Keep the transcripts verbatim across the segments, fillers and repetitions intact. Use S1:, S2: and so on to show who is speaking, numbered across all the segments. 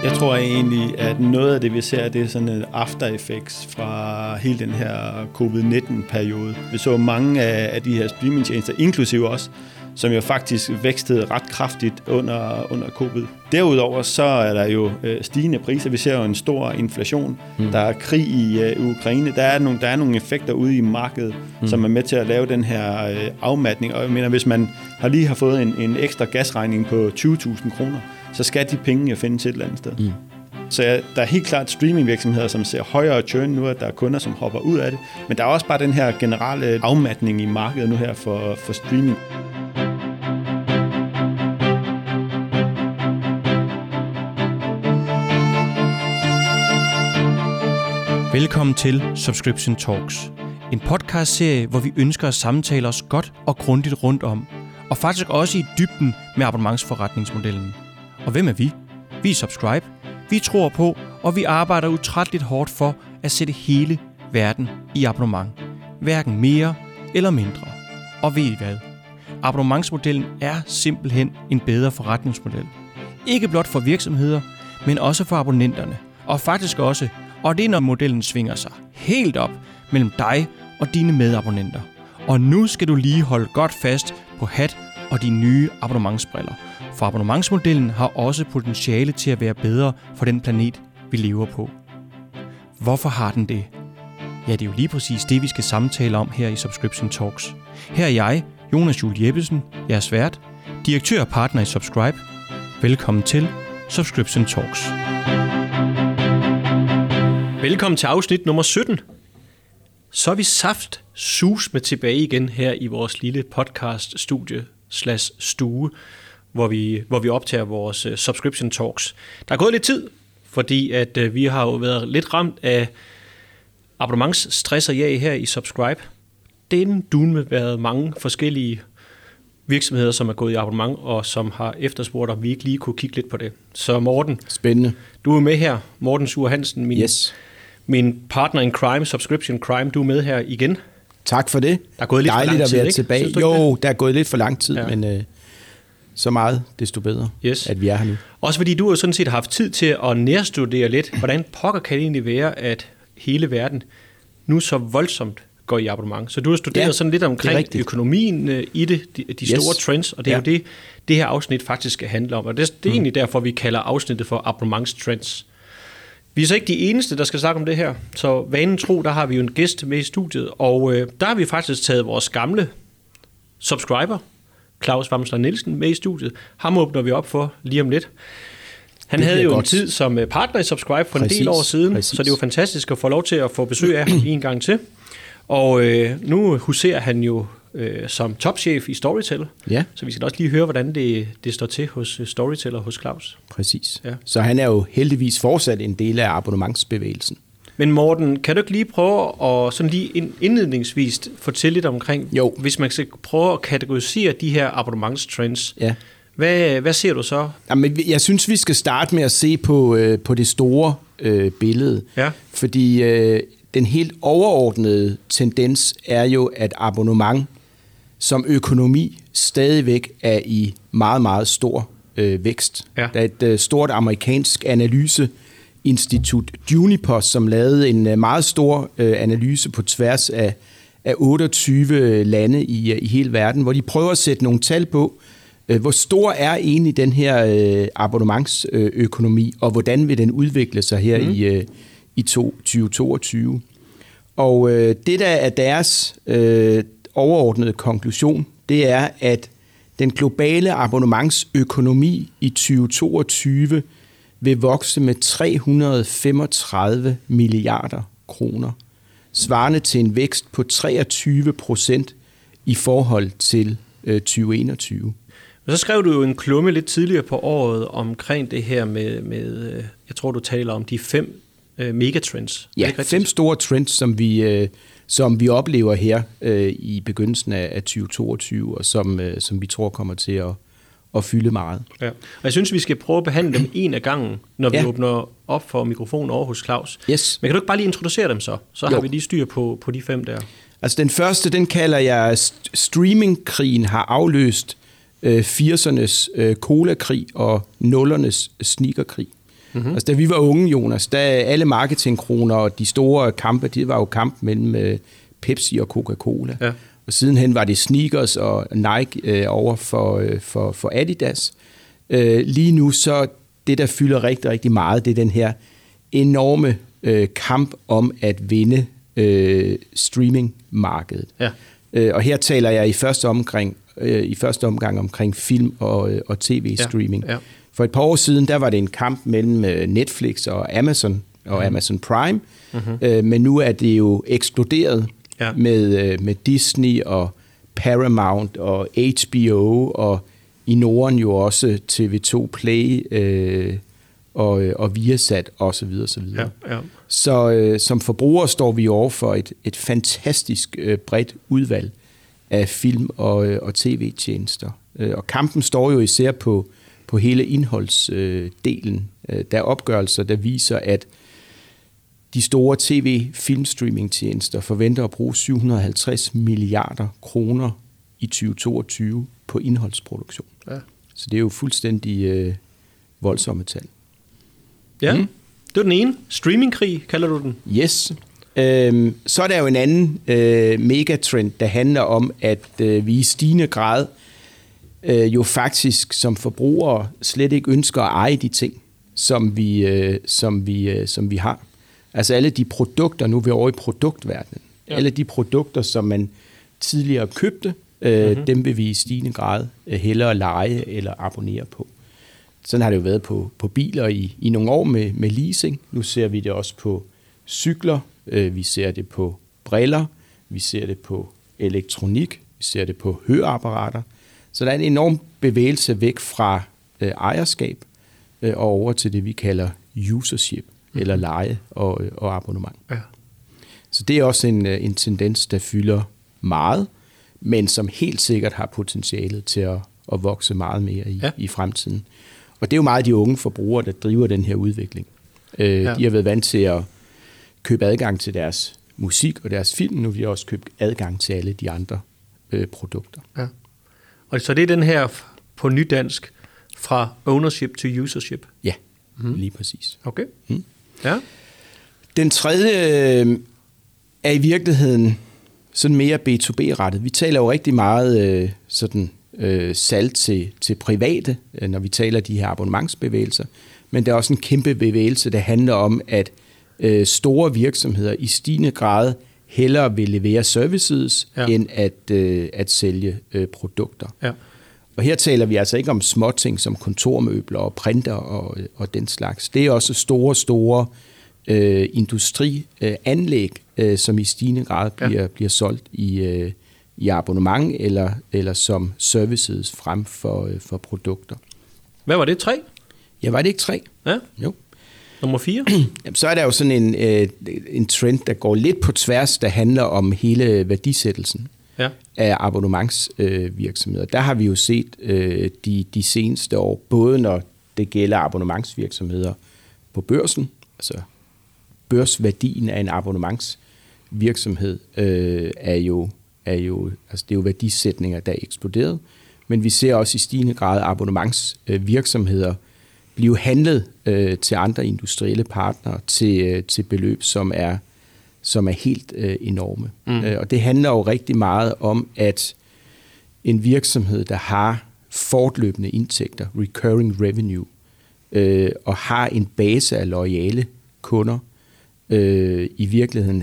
S1: Jeg tror egentlig, at noget af det, vi ser, det er sådan en after effects fra hele den her covid nitten-periode. Vi så mange af de her streamingtjenester, inklusive os, som jo faktisk vækstede ret kraftigt under, under covid. Derudover så er der jo øh, stigende priser. Vi ser jo en stor inflation. Mm. Der er krig i øh, Ukraine. Der er, nogle, der er nogle effekter ude i markedet, mm. som er med til at lave den her øh, afmatning. Og jeg mener, hvis man har lige har fået en, en ekstra gasregning på tyve tusind kroner, så skal de penge jo findes et eller andet sted. Mm. Så ja, der er helt klart streamingvirksomheder, som ser højere churn nu, at der er kunder, som hopper ud af det. Men der er også bare den her generelle afmatning i markedet nu her for, for streaming.
S2: Velkommen til Subscription Talks, en podcastserie, hvor vi ønsker at samtale os godt og grundigt rundt om, og faktisk også i dybden med abonnementsforretningsmodellen. Og hvem er vi? Vi er Subscribe, vi tror på, og vi arbejder utrætteligt hårdt for at sætte hele verden i abonnement. Hverken mere eller mindre. Og ved I hvad? Abonnementsmodellen er simpelthen en bedre forretningsmodel. Ikke blot for virksomheder, men også for abonnenterne. Og faktisk også, og det er når modellen svinger sig helt op mellem dig og dine medabonnenter. Og nu skal du lige holde godt fast på hat og de nye abonnementsbriller. For abonnementsmodellen har også potentiale til at være bedre for den planet, vi lever på. Hvorfor har den det? Ja, det er jo lige præcis det, vi skal samtale om her i Subscription Talks. Her er jeg, Jonas Juel Jeppesen, jeres vært, direktør og partner i Subscribe. Velkommen til Subscription Talks. Velkommen til afsnit nummer sytten. Så er vi saft sus med tilbage igen her i vores lille podcast-studie slash stue, hvor vi, hvor vi optager vores uh, Subscription Talks. Der er gået lidt tid, fordi at uh, vi har jo været lidt ramt af abonnementsstress og jag her i Subscribe. Det er dun med været mange forskellige virksomheder, som er gået i abonnement, og som har efterspurgt, om vi ikke lige kunne kigge lidt på det. Så Morten,
S3: spændende.
S2: Du er med her. Morten Suhr Hansen, min,
S3: yes.
S2: min partner in crime, Subscription Crime, du er med her igen.
S3: Tak for det.
S2: Der er gået lidt
S3: Dejligt
S2: for lang tid,
S3: at være
S2: ikke?
S3: tilbage. Jo, der er gået lidt for lang tid, ja. men øh, så meget, desto bedre, yes. at vi er her nu.
S2: Også fordi du har sådan set haft tid til at nærstudere lidt, hvordan pokker kan det egentlig være, at hele verden nu så voldsomt går i abonnement. Så du har studeret ja, sådan lidt omkring økonomien øh, i det, de, de store yes. trends, og det er ja. jo det, det her afsnit faktisk skal handle om. Og det, det er mm. egentlig derfor, vi kalder afsnittet for abonnementstrends. Vi er så ikke de eneste, der skal snakke om det her. Så vanen tro, der har vi jo en gæst med i studiet, og øh, der har vi faktisk taget vores gamle subscriber, Claus Wamsler Nielsen, med i studiet. Ham åbner vi op for lige om lidt. Han havde jo godt. en tid som partner i Subscribe for præcis, en del år siden, præcis. så det er jo fantastisk at få lov til at få besøg af ham en gang til. Og øh, nu huserer han jo øh, som topchef i Storytel, ja. så vi skal også lige høre, hvordan det, det står til hos Storytel og hos Claus.
S3: Præcis. Ja. Så han er jo heldigvis fortsat en del af abonnementsbevægelsen.
S2: Men Morten, kan du ikke lige prøve at sådan lige indledningsvis fortælle lidt omkring,
S3: jo.
S2: hvis man skal prøve at kategorisere de her abonnementstrends, ja. hvad, hvad ser du så?
S3: Jamen, jeg synes, vi skal starte med at se på, øh, på det store øh, billede, ja. fordi øh, den helt overordnede tendens er jo, at abonnement som økonomi stadigvæk er i meget, meget stor øh, vækst. Ja. Der er et øh, stort amerikansk analyseinstitut, Juniper, som lavede en øh, meget stor øh, analyse på tværs af, af otteogtyve lande i, i hele verden, hvor de prøver at sætte nogle tal på, øh, hvor stor er egentlig den her øh, abonnementsøkonomi, og hvordan vil den udvikle sig her mm. i øh, i tyve toogtyve. Og øh, det, der er deres øh, overordnede konklusion, det er, at den globale abonnementsøkonomi i tyve toogtyve vil vokse med tre hundrede femogtredive milliarder kroner, svarende til en vækst på treogtyve procent i forhold til øh, tyve enogtyve.
S2: Så skrev du jo en klumme lidt tidligere på året omkring det her med, med jeg tror, du taler om de fem megatrends.
S3: Ja, fem store trends, som vi, øh, som vi oplever her øh, i begyndelsen af, af tyve toogtyve, og som, øh, som vi tror kommer til at, at fylde meget.
S2: Ja. Og jeg synes, vi skal prøve at behandle dem en af gangen, når vi ja. åbner op for mikrofonen over hos Claus.
S3: Yes.
S2: Men kan du ikke bare lige introducere dem så? Så jo. har vi lige styr på, på de fem der.
S3: Altså den første, den kalder jeg streamingkrigen har afløst øh, firsernes øh, colakrig og nullernes sneakerkrig. Mm-hmm. Altså, da vi var unge, Jonas, da alle marketingkroner og de store kampe, det var jo kamp mellem øh, Pepsi og Coca-Cola. Ja. Og sidenhen var det sneakers og Nike øh, over for, øh, for, for Adidas. Øh, lige nu så det, der fylder rigtig, rigtig meget, det er den her enorme øh, kamp om at vinde øh, streamingmarkedet. Ja. Øh, og her taler jeg i første omgang, øh, i første omgang omkring film og, øh, og tv-streaming. Ja. Ja. For et par år siden, der var det en kamp mellem øh, Netflix og Amazon og mm. Amazon Prime. Mm-hmm. Øh, men nu er det jo eksploderet ja. med, øh, med Disney og Paramount og H B O og i Norden jo også T V to Play øh, og, og Viasat og så videre, så videre. Ja, ja. Så øh, som forbrugere står vi over for et, et fantastisk øh, bredt udvalg af film- og, og tv-tjenester. Og kampen står jo især på, på hele indholdsdelen. Øh, der er opgørelser, der viser, at de store tv-filmstreaming-tjenester forventer at bruge syv hundrede og halvtreds milliarder kroner i tyve toogtyve på indholdsproduktion. Ja. Så det er jo fuldstændig øh, voldsomme tal.
S2: Ja, mm. det er den ene. Streamingkrig, kalder du den?
S3: Yes. Øhm, så er der jo en anden øh, megatrend, der handler om, at øh, vi i stigende grad øh, jo faktisk som forbrugere slet ikke ønsker at eje de ting, som vi, øh, som vi, øh, som vi har. Altså alle de produkter, nu er vi over i produktverdenen, ja. alle de produkter, som man tidligere købte, øh, mm-hmm. dem vil vi i stigende grad øh, hellere lege eller abonnere på. Sådan har det jo været på, på biler i, i nogle år med, med leasing. Nu ser vi det også på cykler, øh, vi ser det på briller, vi ser det på elektronik, vi ser det på høreapparater. Så der er en enorm bevægelse væk fra øh, ejerskab øh, og over til det, vi kalder usership, mm. eller leje og, og abonnement. Ja. Så det er også en, en tendens, der fylder meget, men som helt sikkert har potentialet til at, at vokse meget mere i, ja. i fremtiden. Og det er jo meget de unge forbrugere, der driver den her udvikling. Øh, ja. De har været vant til at købe adgang til deres musik og deres film, nu har de også købt adgang til alle de andre øh, produkter. Ja.
S2: Og så det er den her på nydansk, fra ownership til usership?
S3: Ja, mm. lige præcis.
S2: Okay. Mm. Ja.
S3: Den tredje øh, er i virkeligheden sådan mere B to B-rettet. Vi taler jo rigtig meget øh, sådan øh, salg til, til private, øh, når vi taler de her abonnementsbevægelser. Men der er også en kæmpe bevægelse, der handler om, at øh, store virksomheder i stigende grad hellere vil levere services, ja. end at, øh, at sælge øh, produkter. Ja. Og her taler vi altså ikke om småting som kontormøbler og printer og, og den slags. Det er også store, store øh, industrianlæg, øh, som i stigende grad bliver, ja. bliver solgt i, øh, i abonnement eller, eller som services frem for, øh, for produkter.
S2: Hvad var det? Tre?
S3: Ja, var det ikke tre?
S2: Ja.
S3: Jo.
S2: Nummer fire?
S3: Jamen, så er der jo sådan en, øh, en trend, der går lidt på tværs, der handler om hele værdisættelsen ja. af abonnementsvirksomheder. Øh, der har vi jo set øh, de, de seneste år, både når det gælder abonnementsvirksomheder på børsen, altså børsværdien af en abonnementsvirksomhed øh, er jo, er jo, altså det er jo værdisætninger, der er eksploderet, men vi ser også i stigende grad abonnementsvirksomheder blive handlet øh, til andre industrielle partnere til, øh, til beløb, som er, som er helt øh, enorme. Mm. Øh, og det handler jo rigtig meget om, at en virksomhed, der har fortløbende indtægter, recurring revenue, øh, og har en base af loyale kunder, øh, i virkeligheden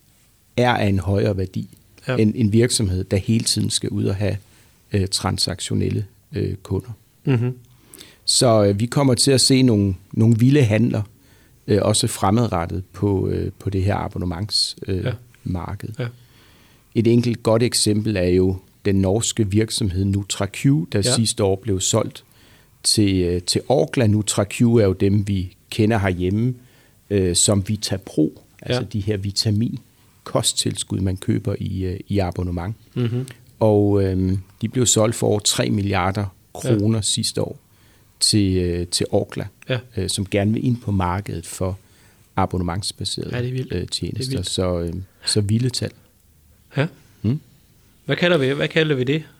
S3: er af en højere værdi ja. end en virksomhed, der hele tiden skal ud og have øh, transaktionelle øh, kunder. Mm-hmm. Så øh, vi kommer til at se nogle, nogle vilde handler, øh, også fremadrettet på, øh, på det her abonnementsmarked. Øh, ja. Ja. Et enkelt godt eksempel er jo den norske virksomhed NutraQ, der ja. sidste år blev solgt til, øh, til Orkla. NutraQ er jo dem, vi kender herhjemme øh, som VitaPro, altså ja. de her vitamin-kosttilskud, man køber i, øh, i abonnement. Mm-hmm. Og øh, de blev solgt for over tre milliarder kroner ja. sidste år til, til Orkla, ja. øh, som gerne vil ind på markedet for abonnementsbaserede ja, øh, tjenester. Så, øh, så vilde tal.
S2: Ja. Hmm? Hvad kalder vi, hvad kalder vi det?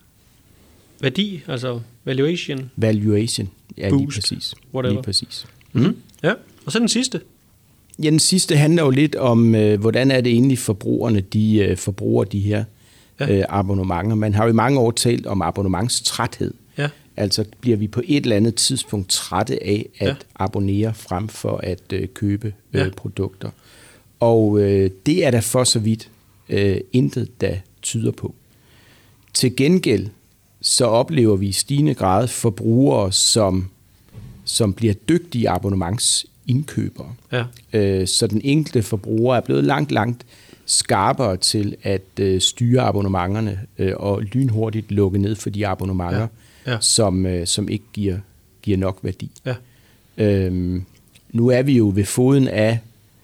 S2: Værdi, altså valuation?
S3: Valuation, ja,
S2: Boost,
S3: lige præcis.
S2: Whatever.
S3: Lige præcis.
S2: Mm-hmm. Ja, og så den sidste.
S3: Ja, den sidste handler jo lidt om, øh, hvordan er det egentlig forbrugerne, de øh, forbruger de her ja. øh, abonnementer. Man har jo i mange år talt om abonnementstræthed. Ja. Altså bliver vi på et eller andet tidspunkt trætte af at ja. abonnere frem for at øh, købe øh, ja. produkter. Og øh, det er der for så vidt øh, intet, der tyder på. Til gengæld så oplever vi i stigende grad forbrugere, som, som bliver dygtige abonnementsindkøbere. Ja. Øh, så den enkelte forbruger er blevet langt, langt skarpere til at øh, styre abonnementerne øh, og lynhurtigt lukke ned for de abonnementer, ja. Ja. Som, øh, som ikke giver, giver nok værdi. Ja. Øhm, nu er vi jo ved foden af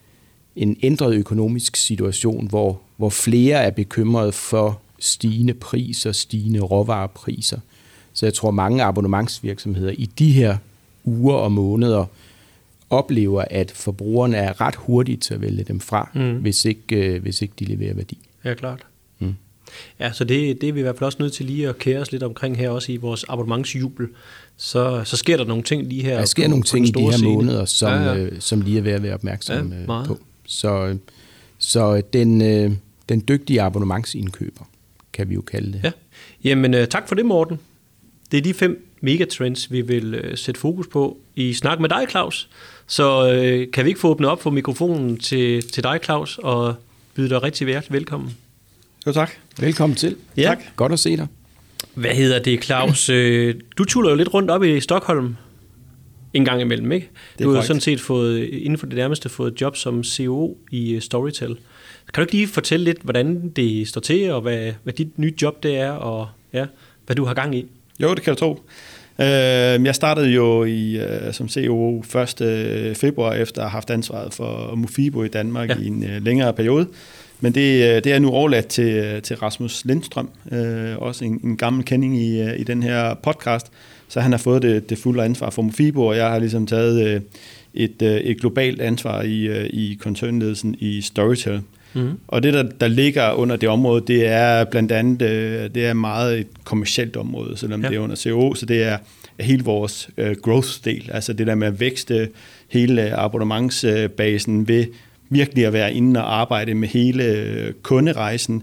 S3: en ændret økonomisk situation, hvor, hvor flere er bekymrede for stigende priser, stigende råvarepriser. Så jeg tror, mange abonnementsvirksomheder i de her uger og måneder oplever, at forbrugerne er ret hurtige til at vælge dem fra, mm. hvis, ikke, øh, hvis ikke de leverer værdi.
S2: Ja, klart. Mm. Ja, så det, det er vi i hvert fald også nødt til lige at kære os lidt omkring her, også i vores abonnementsjubel. Så, så sker der nogle ting lige her.
S3: Der sker
S2: på,
S3: nogle
S2: på
S3: ting i de her
S2: scene.
S3: måneder, som, ja, ja. Øh, som lige er ved at være opmærksom
S2: ja,
S3: på. Så, så den, øh, den dygtige abonnementsindkøber, kan vi jo kalde det.
S2: Ja. Jamen, øh, tak for det, Morten. Det er de fem megatrends, vi vil øh, sætte fokus på i Snak med dig, Claus. Så øh, kan vi ikke få åbnet op for mikrofonen til, til dig, Claus, og byde dig rigtig hjertelig velkommen.
S1: Jo, tak.
S3: Velkommen til.
S2: Ja.
S3: Tak. Godt at se dig.
S2: Hvad hedder det, Claus? Du tuller jo lidt rundt op i Stockholm en gang imellem, ikke? Du har jo sådan set fået, inden for det nærmeste fået job som C O O i Storytel. Kan du ikke lige fortælle lidt, hvordan det står til, og hvad, hvad dit nye job det er, og ja, hvad du har gang i?
S1: Jo, det kan du tro. Jeg startede jo i, som C O O første februar, efter at have haft ansvaret for Mofibo i Danmark ja. i en længere periode. Men det, det er nu overladt til, til Rasmus Lindstrøm, også en, en gammel kending i, i den her podcast. Så han har fået det, det fulde ansvar for Mofibo, og jeg har ligesom taget et, et globalt ansvar i, i koncernledelsen i Storytel. Mm. Og det, der, der ligger under det område, det er blandt andet det er meget et kommercielt område, selvom ja. det er under C O O, så det er hele vores uh, growth-del, altså det der med at vækste hele abonnementsbasen ved virkelig at være inde og arbejde med hele kunderejsen.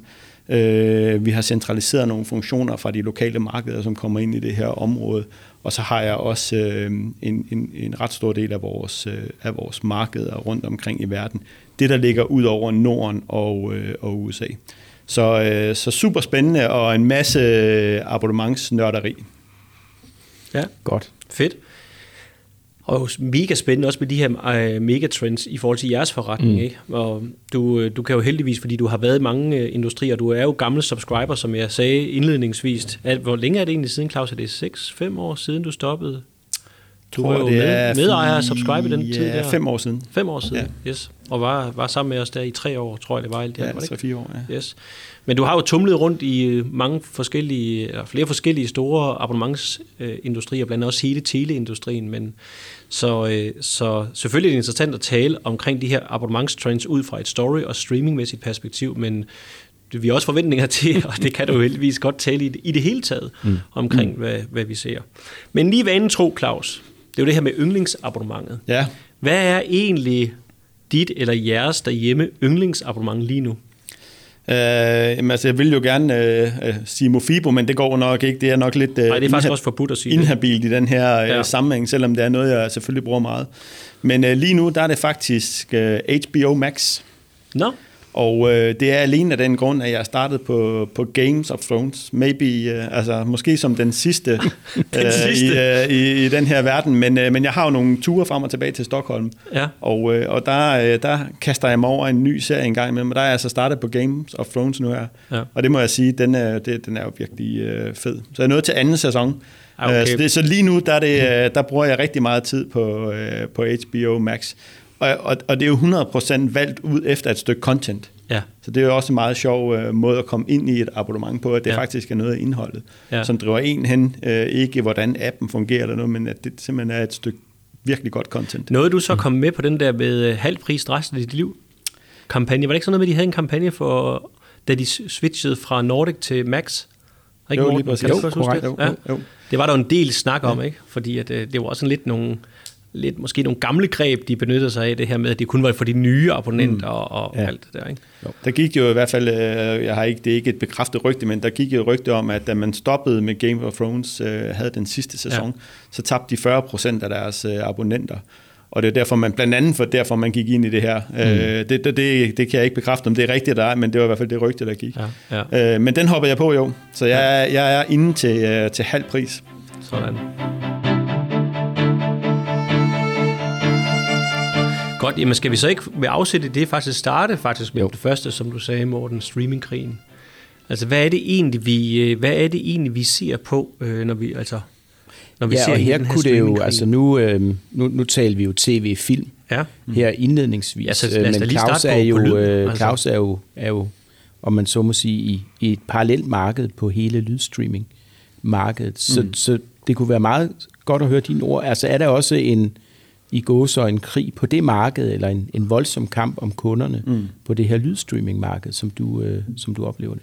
S1: Vi har centraliseret nogle funktioner fra de lokale markeder, som kommer ind i det her område, og så har jeg også en, en, en ret stor del af vores, af vores markeder rundt omkring i verden. Det, der ligger ud over Norden og, og U S A. Så, så super spændende og en masse abonnementsnørderi.
S2: Ja, godt. Fedt. Og mega spændende også med de her øh, megatrends i forhold til jeres forretning. Mm. Ikke? Og du, du kan jo heldigvis, fordi du har været i mange øh, industrier, du er jo gamle subscriber, som jeg sagde indledningsvis. At, hvor længe er det egentlig siden, Claus? Er det seks fem år siden, du stoppede? Du
S1: tror,
S2: var jo
S1: det
S2: med, medejer af subscribe i den
S1: ja,
S2: tid der.
S1: fem år siden.
S2: Fem år siden, ja. Yes. Og var, var sammen med os der i tre år, tror jeg det var. Alt det
S1: ja,
S2: var det
S1: tre fire år, ja.
S2: Yes. Men du har jo tumlet rundt i mange forskellige, eller flere forskellige store abonnementsindustrier, blandt andet også hele teleindustrien, men så, så selvfølgelig er det interessant at tale omkring de her abonnementstrends ud fra et story- og streamingmæssigt perspektiv, men vi har også forventninger til, og det kan du heldigvis godt tale i det, i det hele taget, mm. omkring mm. Hvad, hvad vi ser. Men lige vanen tro, Claus, det er jo det her med yndlingsabonnementet.
S1: Ja.
S2: Hvad er egentlig dit eller jeres derhjemme yndlingsabonnement lige nu?
S1: Uh, jamen, altså, jeg vil jo gerne uh, sige Mofibo, men det går nok ikke. Det er nok lidt uh,
S2: Nej, det er faktisk inha- også forbudt at sige
S1: inhabilt
S2: det.
S1: i den her uh,
S2: ja.
S1: sammenhæng, selvom det er noget, jeg selvfølgelig bruger meget. Men uh, lige nu, der er det faktisk uh, H B O Max.
S2: Nå.
S1: Og øh, det er alene af den grund, at jeg startede på, på Games of Thrones. Maybe, øh, altså måske som den sidste,
S2: den sidste.
S1: Øh, i, i, i den her verden. Men, øh, men jeg har jo nogle ture frem og tilbage til Stockholm.
S2: Ja.
S1: Og, øh, og der, øh, der kaster jeg mig over en ny serie en gang imellem. Og der er jeg altså startet på Games of Thrones nu her. Ja. Og det må jeg sige, den er, det, den er jo virkelig øh, fed. Så jeg er nået til anden sæson. Okay. Så, det, så lige nu, der, det, der bruger jeg rigtig meget tid på, øh, på H B O Max. Og, og, og det er jo hundrede procent valgt ud efter et stykke content. Ja. Så det er jo også en meget sjov øh, måde at komme ind i et abonnement på, at det ja. faktisk er noget af indholdet, ja. som driver en hen. Øh, ikke hvordan appen fungerer eller noget, men at det simpelthen er et stykke virkelig godt content.
S2: Nåede du så komme med på den der med halv pris resten af dit liv kampagne? Var det ikke sådan noget med, at de havde en kampagne for, da de switchede fra Nordic til Max?
S1: Ikke jo, lige præcis.
S2: Jo, korrekt. Jo, ja. jo. Det var der en del snak om, ja. ikke? Fordi at, det var også sådan lidt nogle
S4: lidt måske nogle gamle greb, de benyttede sig af det her med, at det kun var for de nye abonnenter mm. og, og ja. alt det der, ikke?
S1: Jo. Der gik jo i hvert fald, jeg har ikke, det er ikke et bekræftet rygte, men der gik jo et rygte om, at da man stoppede med Game of Thrones, øh, havde den sidste sæson, ja. så tabte de fyrre procent af deres øh, abonnenter. Og det er derfor, man blandt andet for derfor, man gik ind i det her. Mm. Øh, det, det, det, det kan jeg ikke bekræfte, om det er rigtigt, der er, men det var i hvert fald det rygte, der gik. Ja, ja. Øh, men den hopper jeg på, jo. Så jeg, ja. jeg er inde til, øh, til halv pris.
S4: Sådan. Godt, jamen skal vi så ikke ved afsætte det faktisk starte faktisk med jo. det første, som du sagde, Morten, streamingkrigen. Altså, hvad er det egentlig, vi, hvad er det egentlig, vi ser på, øh, når vi, altså, når vi
S3: ja,
S4: ser
S3: og her,
S4: her
S3: kunne det jo, altså nu, øh, nu, nu taler vi jo tv-film
S4: ja.
S3: her indledningsvis,
S4: ja, så men
S3: Claus er jo, på øh, altså. Claus er jo, er jo, om man så må sige, i, i et parallelt marked på hele lydstreaming-markedet, så, mm. så det kunne være meget godt at høre dine ord. Altså, er der også en i gåser en krig på det marked, eller en, en voldsom kamp om kunderne mm. på det her lydstreaming-marked, som du, øh, som du oplever det?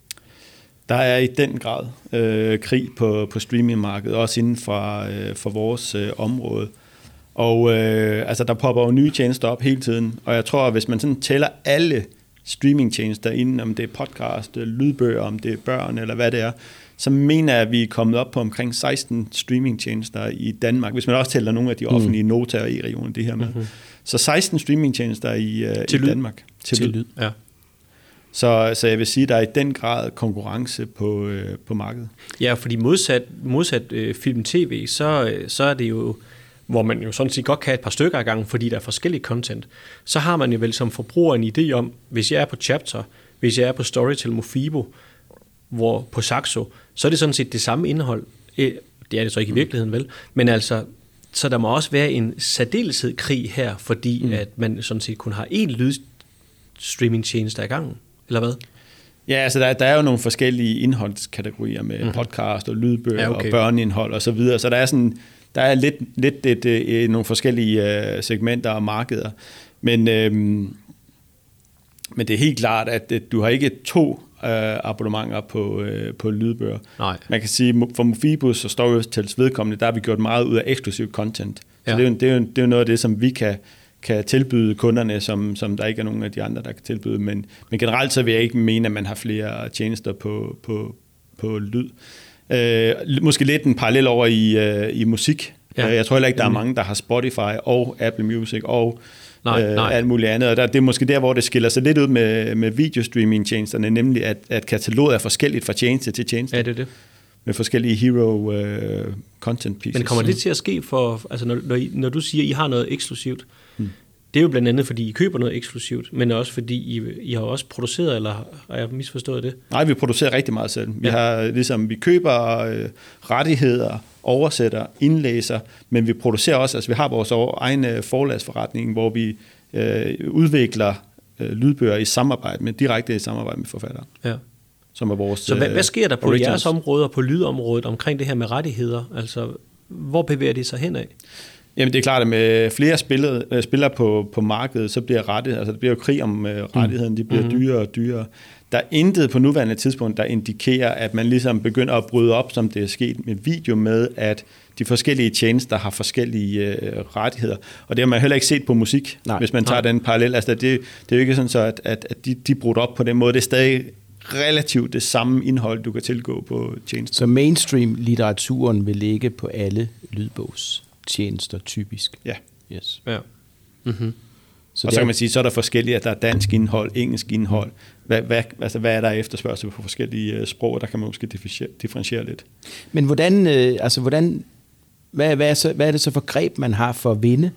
S1: Der er i den grad øh, krig på, på streaming-markedet, også inden for, øh, for vores øh, område. Og øh, altså, der popper jo nye tjenester op hele tiden, og jeg tror, at hvis man sådan tæller alle streaming-tjenester inden, om det er podcast, lydbøger, om det er børn, eller hvad det er, så mener jeg, at vi er kommet op på omkring seksten streamingtjenester i Danmark, hvis man også tæller nogle af de offentlige mm. Nota og E-regioner, det her med. Mm-hmm. Så seksten streamingtjenester i, uh, i Danmark.
S4: Til, til lyd. Ja.
S1: Så, så jeg vil sige, at der er i den grad konkurrence på, uh, på markedet.
S4: Ja, fordi modsat, modsat uh, film-tv, så, så er det jo, hvor man jo sådan set godt kan have et par stykker ad gangen, fordi der er forskellige content, så har man jo vel som forbruger en idé om, hvis jeg er på Chapter, hvis jeg er på Storytel Mofibo, hvor på Saxo, så er det sådan set det samme indhold. Det er det så ikke i virkeligheden, vel? Men altså, så der må også være en særdeleshed krig her, fordi mm. at man sådan set kun har én lydstreaming-tjeneste ad gangen, eller hvad?
S1: Ja, altså der, der er jo nogle forskellige indholdskategorier med mm. podcast og lydbøger ja, okay. og børneindhold og så videre, så der er sådan, der er lidt, lidt et, et, nogle forskellige uh, segmenter og markeder, men, øhm, men det er helt klart, at, at du har ikke to Uh, abonnementer på, uh, på lydbøger.
S4: Nej.
S1: Man kan sige, for Mofibus og Storytels vedkommende, der har vi gjort meget ud af eksklusiv content. Så ja. det, er jo, det, er jo, det er jo noget af det, som vi kan, kan tilbyde kunderne, som, som der ikke er nogen af de andre, der kan tilbyde. Men, men generelt så vil jeg ikke mene, at man har flere tjenester på, på, på lyd. Uh, måske lidt en parallel over i, uh, i musik. Ja. Uh, jeg tror heller ikke, der er mange, der har Spotify og Apple Music og Nej, øh, nej. alt muligt andet, og der, det er måske der, hvor det skiller sig lidt ud med, med videostreaming-tjenesterne, nemlig at, at kataloget er forskelligt fra tjeneste til tjeneste.
S4: Ja, det er det.
S1: Med forskellige hero uh, content pieces.
S4: Men kommer det til at ske for, altså når, når, I, når du siger, at I har noget eksklusivt, hmm. det er jo blandt andet, fordi I køber noget eksklusivt, men også fordi I, I har også produceret, eller har jeg misforstået det?
S1: Nej, vi producerer rigtig meget selv. Vi, ja. har, ligesom, vi køber øh, rettigheder, oversætter, indlæser, men vi producerer også, altså vi har vores egen forlagsforretning, hvor vi øh, udvikler øh, lydbøger i samarbejde med, direkte i samarbejde med forfattere.
S4: Ja.
S1: Som er vores,
S4: Så hvad, hvad sker der på
S1: originals.
S4: jeres områder, på lydområdet, omkring det her med rettigheder? Altså, hvor bevæger det sig henad?
S1: Jamen det er klart, at med flere spillere, spillere på, på markedet, så bliver rettighed, altså det bliver jo krig om uh, rettigheden, de bliver mm-hmm. dyrere og dyrere. Der er intet på nuværende tidspunkt, der indikerer, at man ligesom begynder at bryde op, som det er sket med video, med at de forskellige tjenester har forskellige uh, rettigheder. Og det har man heller ikke set på musik, nej, hvis man tager nej. den parallel. Altså det, det er jo ikke sådan så, at, at, at de, de er brudt op på den måde. Det er stadig relativt det samme indhold, du kan tilgå på tjenester.
S3: Så mainstream-litteraturen vil ligge på alle lydbogs tjenester typisk.
S1: Ja.
S3: Yes.
S4: Ja. Mm-hmm.
S1: Så og så kan man sige, så er der forskellige, at der er dansk indhold, engelsk indhold. Hvad, hvad, altså, hvad er der efterspørgsel på forskellige sprog? Der kan man måske differentiere lidt.
S3: Men hvordan, øh, altså hvordan, hvad, hvad, er så, hvad er det så for greb, man har for at vinde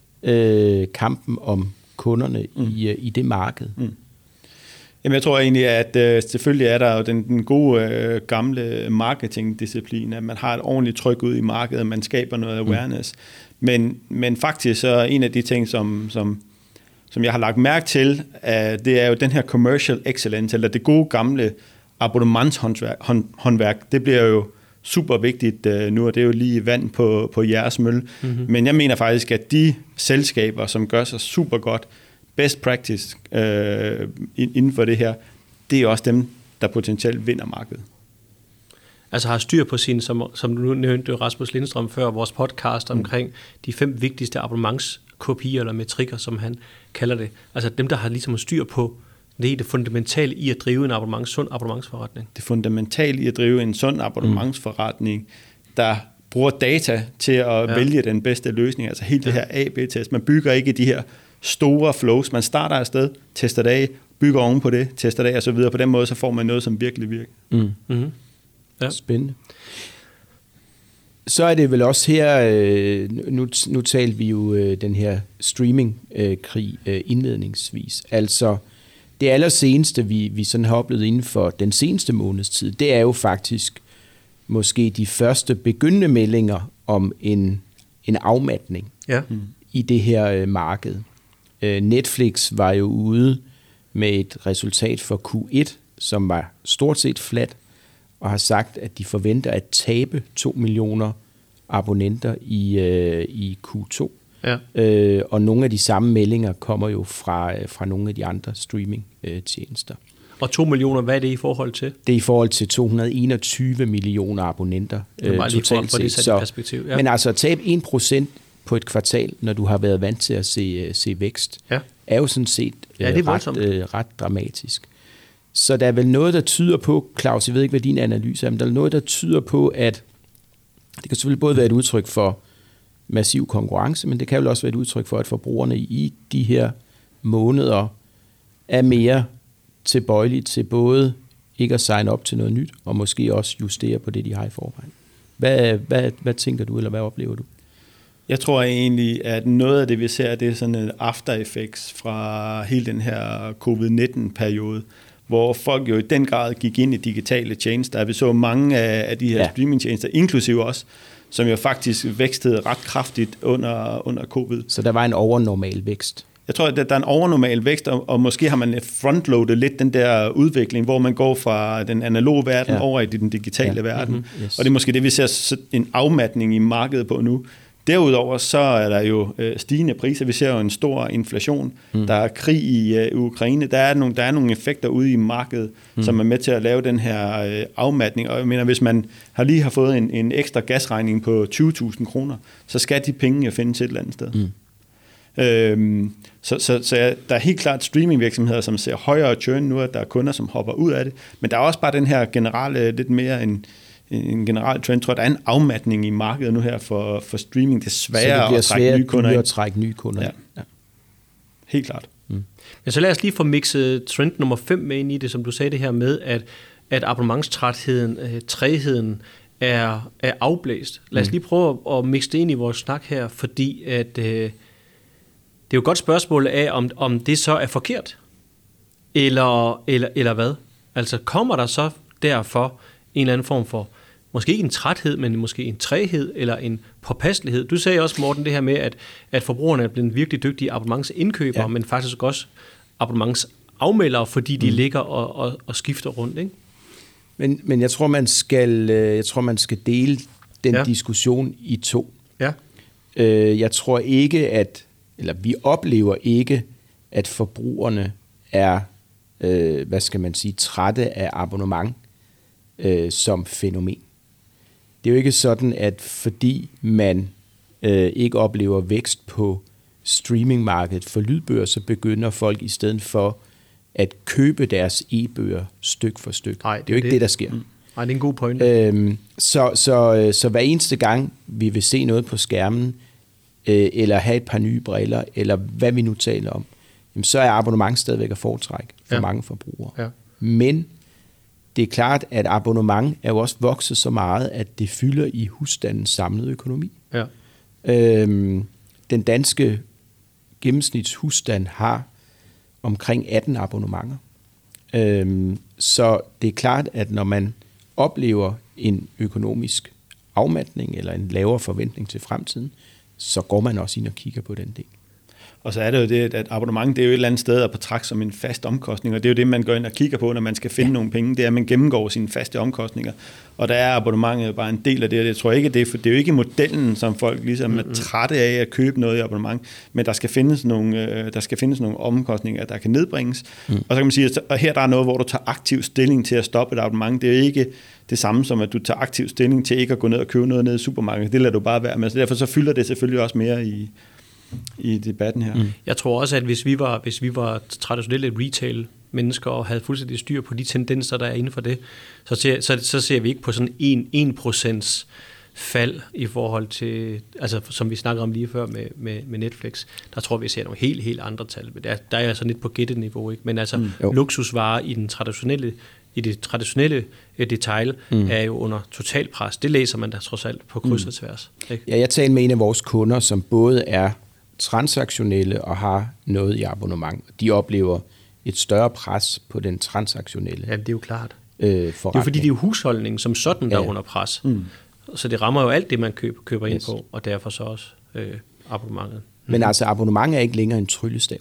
S3: øh, kampen om kunderne mm. i, i det marked?
S1: Mm. Jamen, jeg tror egentlig, at øh, selvfølgelig er der jo den, den gode øh, gamle marketingdisciplin, at man har et ordentligt tryk ud i markedet, man skaber noget awareness. Mm. Men, men faktisk så en af de ting, som, som, som jeg har lagt mærke til, uh, det er jo den her commercial excellence, eller det gode gamle abonnementshåndværk. Det bliver jo super vigtigt uh, nu, og det er jo lige vand på, på jeres mølle. Mm-hmm. Men jeg mener faktisk, at de selskaber, som gør sig super godt, best practice øh, inden for det her, det er også dem, der potentielt vinder markedet.
S4: altså har styr på sin, som, som du nævnte Rasmus Lindstrøm før, vores podcast omkring mm. de fem vigtigste abonnementskopier eller metrikker, som han kalder det. Altså dem, der har ligesom styr på det er det fundamentale i at drive en abonnement, sund abonnementsforretning. Det
S1: fundamentale i at drive en sund abonnementsforretning, der bruger data til at ja. vælge den bedste løsning. Altså helt det her A B test. Man bygger ikke de her store flows. Man starter afsted, tester det af, bygger oven på det, tester det af og så videre. På den måde så får man noget, som virkelig virker.
S3: Mm. Mm-hmm. Ja. Spændende. Så er det vel også her, nu, nu talte vi jo den her streaming-krig indledningsvis. Altså det allerseneste, vi, vi sådan har oplevet inden for den seneste måneds tid, det er jo faktisk måske de første begyndende meldinger om en, en afmatning ja. i det her øh, marked. Øh, Netflix var jo ude med et resultat for Q et, som var stort set flat, og har sagt, at de forventer at tabe to millioner abonnenter i, øh, i Q to. Ja. Øh, og nogle af de samme meldinger kommer jo fra, fra nogle af de andre streaming-tjenester.
S4: Og to millioner, hvad er det i forhold til?
S3: Det er i forhold til to hundrede og enogtyve millioner abonnenter øh, totalt set. Det Så, perspektiv. Ja. Men altså at tabe en procent på et kvartal, når du har været vant til at se, se vækst, ja. er jo sådan set øh, ja, ret, øh, ret dramatisk. Så der er vel noget, der tyder på, Claus, jeg ved ikke, hvad din analyse er, men der er noget, der tyder på, at det kan selvfølgelig både være et udtryk for massiv konkurrence, men det kan jo også være et udtryk for, at forbrugerne i de her måneder er mere tilbøjelige til både ikke at signe op til noget nyt, og måske også justere på det, de har i forvejen. Hvad, hvad, hvad tænker du, eller hvad oplever du?
S1: Jeg tror egentlig, at noget af det, vi ser, det er sådan en after effects fra hele den her covid nitten-periode, hvor folk jo i den grad gik ind i digitale tjenester. Vi så mange af de her ja. streamingtjenester, inklusive os, som jo faktisk vækstede ret kraftigt under, under covid.
S3: Så der var en overnormal vækst?
S1: Jeg tror, at der er en overnormal vækst, og, og måske har man frontloadet lidt den der udvikling, hvor man går fra den analoge verden ja. over i den digitale ja. verden. Mm-hmm. Yes. Og det er måske det, vi ser en afmatning i markedet på nu. Derudover så er der jo øh, stigende priser. Vi ser jo en stor inflation. Mm. Der er krig i øh, Ukraine. Der er, nogle, der er nogle effekter ude i markedet, mm. som er med til at lave den her øh, afmatning. Og jeg mener, hvis man har lige har fået en, en ekstra gasregning på tyve tusind kroner, så skal de penge jo findes et eller andet sted. Mm. Øhm, så så, så ja, der er helt klart streamingvirksomheder, som ser højere churn nu, at der er kunder, som hopper ud af det. Men der er også bare den her generelle, lidt mere en en generel trend. Jeg tror, der er en afmatning i markedet nu her for, for streaming. Det er sværere at trække nye kunder ind.
S3: at trække nye kunder
S1: ja. ja. Helt klart.
S4: Mm. Men så lad os lige få mixet trend nummer fem med ind i det, som du sagde det her med, at, at abonnementstrætheden, øh, træheden er, er afblæst. Lad os lige prøve at, at mixe det ind i vores snak her, fordi at, øh, det er jo et godt spørgsmål af, om, om det så er forkert, eller, eller, eller hvad? Altså kommer der så derfor en eller anden form for, måske ikke en træthed, men måske en træhed eller en påpasselighed. Du sagde også, Morten, det her med, at, at forbrugerne er blevet virkelig dygtige abonnementsindkøbere, ja. men faktisk også abonnementsafmeldere, fordi de mm. ligger og, og, og skifter rundt, ikke?
S3: Men, men jeg tror, man skal, jeg tror, man skal dele den ja. diskussion i to.
S4: Ja.
S3: Jeg tror ikke, at, eller vi oplever ikke, at forbrugerne er, hvad skal man sige, trætte af abonnement øh, som fænomen. Det er jo ikke sådan, at fordi man øh, ikke oplever vækst på streamingmarkedet for lydbøger, så begynder folk i stedet for at købe deres e-bøger styk for styk.
S4: Nej,
S3: det er jo ikke det, det der sker.
S4: Nej, mm. det er en god pointe.
S3: Øhm, så, så, så hver eneste gang, vi vil se noget på skærmen, øh, eller have et par nye briller, eller hvad vi nu taler om, jamen, så er abonnement stadigvæk at foretrække for ja. mange forbrugere. Ja. Men det er klart, at abonnement er jo også vokset så meget, at det fylder i husstandens samlede økonomi. Ja. Øhm, den danske gennemsnitshusstand har omkring atten abonnementer. Øhm, så det er klart, at når man oplever en økonomisk afmatning eller en lavere forventning til fremtiden, så går man også ind og kigger på den del.
S1: Og så er det jo det, at abonnement, det er jo et eller andet sted at betragte som en fast omkostning, og det er jo det, man går ind og kigger på, når man skal finde ja. nogle penge, det er, at man gennemgår sine faste omkostninger. Og der er abonnementet bare en del af det, og det tror jeg ikke, det er, for det er jo ikke modellen, som folk ligesom mm-hmm. er trætte af at købe noget i abonnement, men der skal findes nogle, der skal findes nogle omkostninger, der kan nedbringes. Mm. Og så kan man sige, at her der er noget, hvor du tager aktiv stilling til at stoppe et abonnement. Det er jo ikke det samme som, at du tager aktiv stilling til ikke at gå ned og købe noget ned i supermarkedet. Det lader du bare være med. Så derfor så fylder det selvfølgelig også mere i i debatten her. Mm.
S4: Jeg tror også, at hvis vi var, hvis vi var traditionelle retail-mennesker og havde fuldstændig styr på de tendenser, der er inden for det, så ser, så, så ser vi ikke på sådan en, en procents fald i forhold til, altså som vi snakker om lige før med, med, med Netflix. Der tror vi, vi ser nogle helt, helt andre tal. Der, der er altså lidt på gætte-niveau, ikke? Men altså mm. luksusvarer i den traditionelle i det traditionelle detail mm. er jo under total pres. Det læser man da trods alt på kryds og tværs. Ikke?
S3: Ja, jeg talte med en af vores kunder, som både er transaktionelle og har noget i abonnement. De oplever et større pres på den transaktionelle.
S4: Ja, det er jo klart.
S3: Øh,
S4: det er jo fordi, det er jo husholdningen som sådan, der ja. er under pres. Mm. Så det rammer jo alt det, man køber, køber yes. ind på, og derfor så også øh, abonnementet. Mm.
S3: Men altså, abonnement er ikke længere en tryllestav,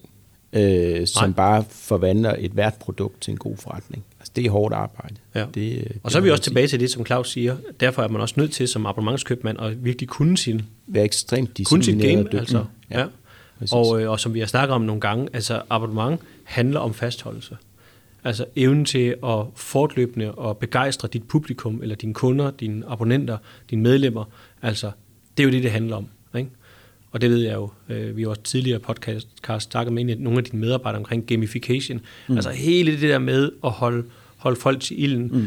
S3: øh, som Nej. bare forvandler et hvert produkt til en god forretning. Altså, det er hårdt arbejde.
S4: Ja.
S3: Det, det
S4: og så er vi også tilbage til det, som Claus siger. Derfor er man også nødt til som abonnementskøbmand at virkelig kunne sin,
S3: være ekstremt
S4: kunne sin game. Altså. Ja. Ja. Og, og som vi har snakket om nogle gange, altså abonnement handler om fastholdelse. Altså evnen til at fortløbende og begejstre dit publikum, eller dine kunder, dine abonnenter, dine medlemmer. Altså, det er jo det, det handler om. Ikke? Og det ved jeg jo, øh, vi har også tidligere podcast snakket med nogle af dine medarbejdere omkring gamification. Mm. Altså hele det der med at holde, holde folk til ilden. Mm.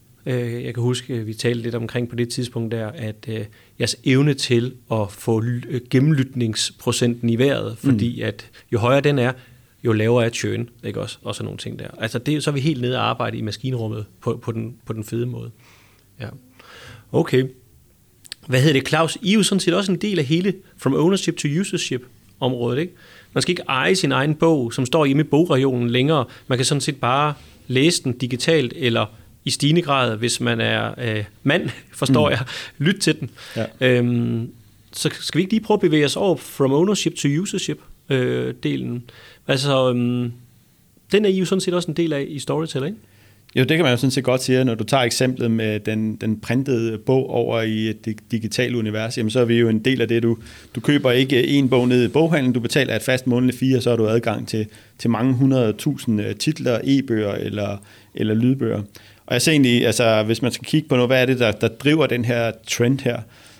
S4: Øh, jeg kan huske, vi talte lidt omkring på det tidspunkt der, at øh, jeres evne til at få gennemlytningsprocenten i vejret, fordi mm. at jo højere den er, jo lavere er churn, ikke også? Og sådan nogle ting der. Altså det, så er vi helt nede og arbejde i maskinrummet på, på, den, på den fede måde. Ja. Okay. Hvad hedder det, Claus? I er jo sådan set også en del af hele From Ownership to Usership området, ikke? Man skal ikke eje sin egen bog, som står hjemme i bogregionen længere. Man kan sådan set bare læse den digitalt, eller i stigende grad, hvis man er øh, mand, forstår mm. jeg, lyt til den. Ja. Øhm, så skal vi ikke lige prøve at bevæge os over From Ownership to Usership-delen? Øh, altså, øhm, den er I jo sådan set også en del af i Storytel, ikke?
S1: Jo, det kan man jo sådan set godt sige, når du tager eksemplet med den, den printede bog over i et digitalt univers, jamen så er vi jo en del af det. Du, du køber ikke en bog ned i boghandlen, du betaler et fast månedligt fee, og så har du adgang til, til mange hundrede tusind titler, e-bøger eller, eller lydbøger. Og jeg ser egentlig, altså hvis man skal kigge på noget, hvad er det, der, der driver den her trend her,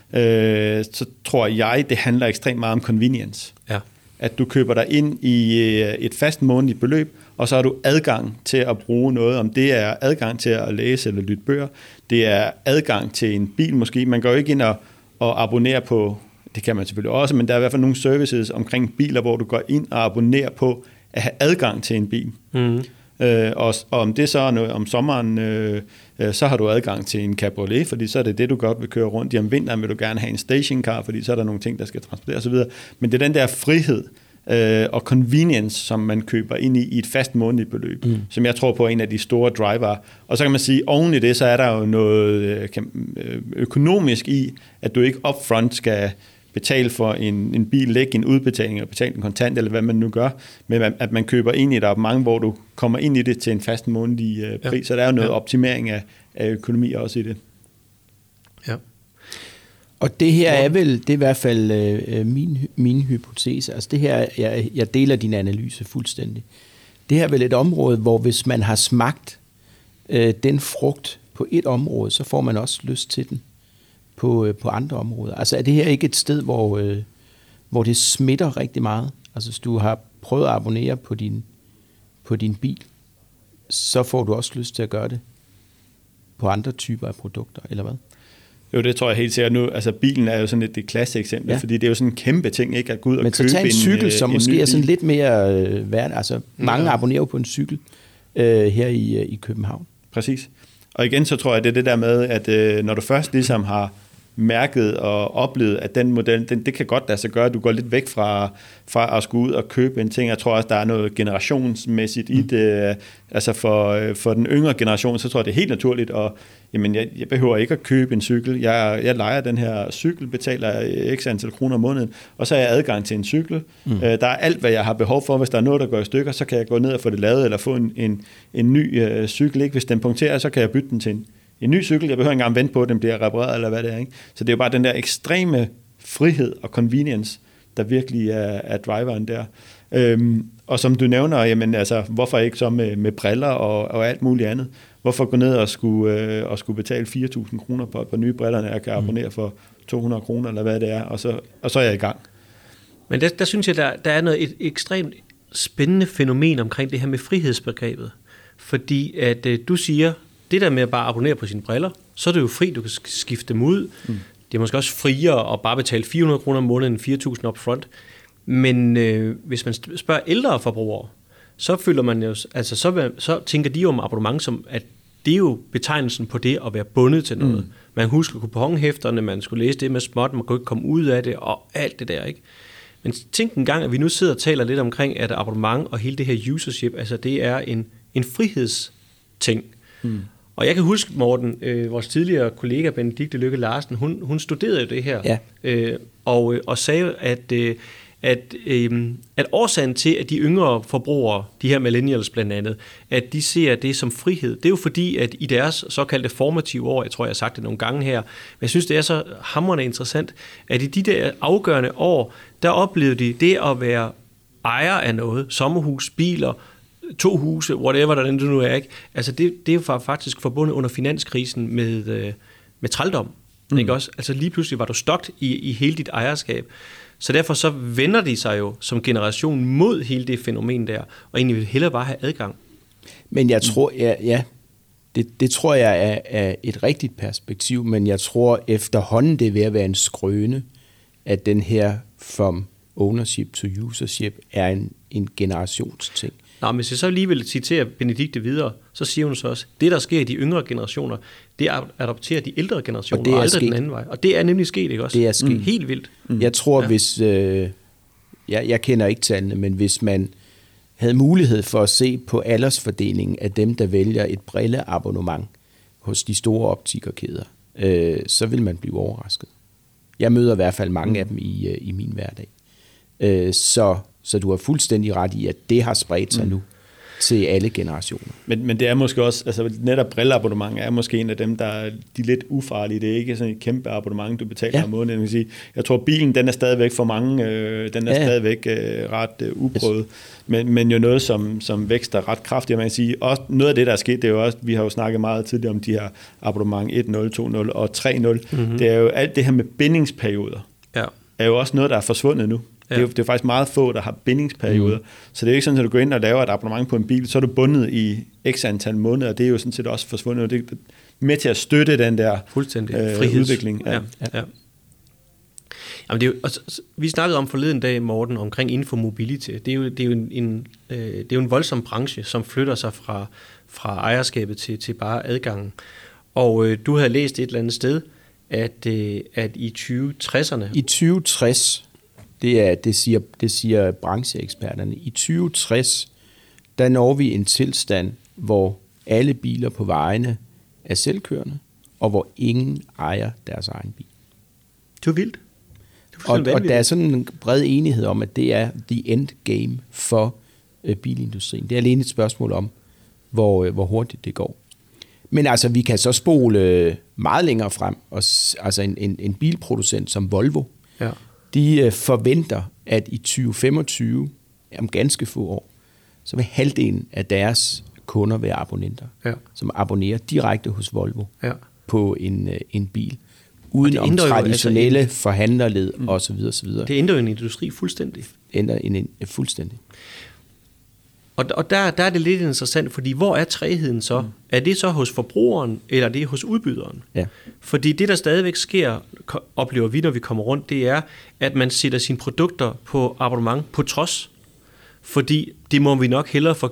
S1: øh, så tror jeg, det handler ekstremt meget om convenience.
S4: Ja.
S1: At du køber dig ind i et fast månedligt beløb, og så har du adgang til at bruge noget, om det er adgang til at læse eller lytte bøger, det er adgang til en bil måske. Man går jo ikke ind og, og abonnerer på, det kan man selvfølgelig også, men der er i hvert fald nogle services omkring biler, hvor du går ind og abonnerer på at have adgang til en bil. Mm. Øh, og, og om det så er noget, om sommeren, øh, øh, så har du adgang til en cabriolet, fordi så er det det, du godt vil køre rundt i. Om vinteren vil du gerne have en stationcar, fordi så er der nogle ting, der skal transportere osv. Men det er den der frihed øh, og convenience, som man køber ind i, i et fast månedligt beløb, mm. som jeg tror på er en af de store driver. Og så kan man sige, oven i det, så er der jo noget øh, økonomisk i, at du ikke upfront skal betale for en, en bil, lægge en udbetaling eller betale en kontant, eller hvad man nu gør, men at man køber ind i et abonnement, hvor du kommer ind i det til en fast månedlig uh, pris, ja. Så der er jo noget ja. optimering af, af økonomi også i det.
S4: Ja.
S3: Og det her er vel, det er i hvert fald øh, min, min hypotese, altså det her, jeg, jeg deler din analyse fuldstændig. Det her er vel et område, hvor hvis man har smagt øh, den frugt på et område, så får man også lyst til den På, på andre områder. Altså er det her ikke et sted, hvor, øh, hvor det smitter rigtig meget? Altså hvis du har prøvet at abonnere på din, på din bil, så får du også lyst til at gøre det på andre typer af produkter, eller hvad?
S1: Jo, det tror jeg helt sikkert nu. Altså bilen er jo sådan et det klasse eksempel, ja. Fordi det er jo sådan en kæmpe ting, ikke at gå ud og
S3: Men
S1: købe en
S3: Men så tag en cykel, som
S1: en
S3: måske er sådan lidt mere øh, værd. Altså mange ja. abonnerer på en cykel øh, her i, øh, i København.
S1: Præcis. Og igen, så tror jeg, det er det der med, at øh, når du først ligesom har mærket og oplevet, at den model, den, det kan godt lade sig gøre, at du går lidt væk fra, fra at skulle ud og købe en ting. Jeg tror også, der er noget generationsmæssigt mm. i det. Altså for, for den yngre generation, så tror jeg, det er helt naturligt, og jamen, jeg, jeg behøver ikke at købe en cykel. Jeg, jeg lejer den her cykel, betaler x antal kroner om måneden, og så har jeg adgang til en cykel. Mm. Der er alt, hvad jeg har behov for. Hvis der er noget, der går i stykker, så kan jeg gå ned og få det lavet, eller få en, en, en ny øh, cykel. Ikke? Hvis den punkterer, så kan jeg bytte den til en En ny cykel, jeg behøver ikke engang vente på, at den bliver repareret, eller hvad det er. Ikke? Så det er jo bare den der ekstreme frihed og convenience, der virkelig er, er driveren der. Øhm, og som du nævner, jamen, altså, hvorfor ikke så med, med briller og, og alt muligt andet? Hvorfor gå ned og skulle, øh, og skulle betale fire tusind kroner på, på nye briller, når jeg kan abonnere for to hundrede kroner, eller hvad det er, og så, og så er jeg i gang.
S4: Men der, der synes jeg, der, der er noget et ekstremt spændende fænomen omkring det her med frihedsbegrebet. Fordi at øh, du siger, det der med at bare abonnere på sine briller, så er det jo fri, du kan skifte dem ud. Mm. Det er måske også friere at bare betale fire hundrede kroner om måneden end fire tusind up front. Men øh, hvis man spørger ældre forbrugere, så føler man jo, altså så, så tænker de jo om abonnement som, at det er jo betegnelsen på det at være bundet til noget. Mm. Man husker kuponhæfterne, man skulle læse det med småt, man kunne ikke komme ud af det, og alt det der, ikke? Men tænk en gang, at vi nu sidder og taler lidt omkring, at abonnement og hele det her usership, altså det er en, en frihedsting. Mm. Og jeg kan huske, Morten, øh, vores tidligere kollega Benedikte Lykke Larsen, hun, hun studerede jo det her,
S3: ja.
S4: øh, og, og sagde, at, øh, at, øh, at årsagen til, at de yngre forbrugere, de her millennials blandt andet, at de ser det som frihed, det er jo fordi, at i deres såkaldte formative år, jeg tror, jeg har sagt det nogle gange her, men jeg synes, det er så hamrende interessant, at i de der afgørende år, der oplevede de det at være ejer af noget, sommerhus, biler, to huse, whatever der nu er, ikke? Altså det, det er jo faktisk forbundet under finanskrisen med, øh, med trældom, mm. ikke også? Altså lige pludselig var du stokt i, i hele dit ejerskab. Så derfor så vender de sig jo som generation mod hele det fænomen der, og egentlig vil hellere bare have adgang.
S3: Men jeg tror, ja, ja det, det tror jeg er, er et rigtigt perspektiv, men jeg tror efterhånden det er ved at være en skrøne, at den her from ownership to usership er en, en generationsting.
S4: Nå, men hvis jeg så lige vil citere Benedikte videre, så siger hun så også, det der sker i de yngre generationer, det er at adoptere de ældre generationer, og, det er og aldrig sket. Den anden vej. Og det er nemlig sket, ikke også?
S3: Det er sket.
S4: Mm. Helt vildt.
S3: Mm. Jeg tror, ja. hvis, øh, jeg, jeg kender ikke tallene, men hvis man havde mulighed for at se på aldersfordelingen af dem, der vælger et brilleabonnement hos de store optikerkæder, øh, så vil man blive overrasket. Jeg møder i hvert fald mange mm. af dem i, øh, i min hverdag. Øh, så Så du har fuldstændig ret i, at det har spredt sig mm. nu til alle generationer.
S1: Men, men det er måske også, altså netop brilleabonnement er måske en af dem, der er de lidt ufarlige. Det er ikke sådan et kæmpe abonnement, du betaler ja. om måneden. Jeg, sige. jeg tror, bilen den er stadigvæk for mange, øh, den er ja. stadigvæk øh, ret øh, uprøvet. Yes. Men, men jo noget, som, som vækster ret kraftigt, man kan sige. Også noget af det, der er sket, det er jo også, vi har jo snakket meget tidligere om de her abonnement et nul, to nul og tre nul. Mm-hmm. Det er jo alt det her med bindingsperioder. Ja. Er jo også noget, der er forsvundet nu. Ja. Det, er jo, det er faktisk meget få, der har bindingsperioder. Mm. Så det er jo ikke sådan, at du går ind og laver et abonnement på en bil, så er du bundet i x antal måneder, og det er jo sådan set også forsvundet. Det er med til at støtte den der
S4: fuldstændig
S1: øh, udvikling.
S4: Ja. Ja. Ja. Jamen det er jo, altså, vi snakkede om forleden dag, Morten, omkring Infomobility. Det er jo, det er jo, en, en, øh, det er jo en voldsom branche, som flytter sig fra, fra ejerskabet til, til bare adgangen. Og øh, du havde læst et eller andet sted, at, øh, at i tyve tresserne...
S3: I tyve tres... Det, er, det, siger, det siger brancheeksperterne. I tyve tres, der når vi en tilstand, hvor alle biler på vejene er selvkørende, og hvor ingen ejer deres egen bil.
S4: Det er vildt. Det er
S3: og, og der er sådan en bred enighed om, at det er the end game for øh, bilindustrien. Det er alene et spørgsmål om, hvor, øh, hvor hurtigt det går. Men altså, vi kan så spole meget længere frem. Og, altså en, en, en bilproducent som Volvo, ja. de forventer, at i tyve femogtyve, om ganske få år, så vil halvdelen af deres kunder være abonnenter, ja. som abonnerer direkte hos Volvo ja. på en, en bil, uden om traditionelle altså en, forhandlerled mm. osv. osv.
S4: Det ændrer jo en industri fuldstændig.
S3: Det ændrer en, en fuldstændig.
S4: Og, og der, der er det lidt interessant, fordi hvor er træheden så? Mm. Er det så hos forbrugeren, eller er det hos udbyderen? Ja. Fordi det, der stadigvæk sker, oplever vi, når vi kommer rundt, det er, at man sætter sine produkter på abonnement på trods. Fordi det må vi nok hellere få gjort.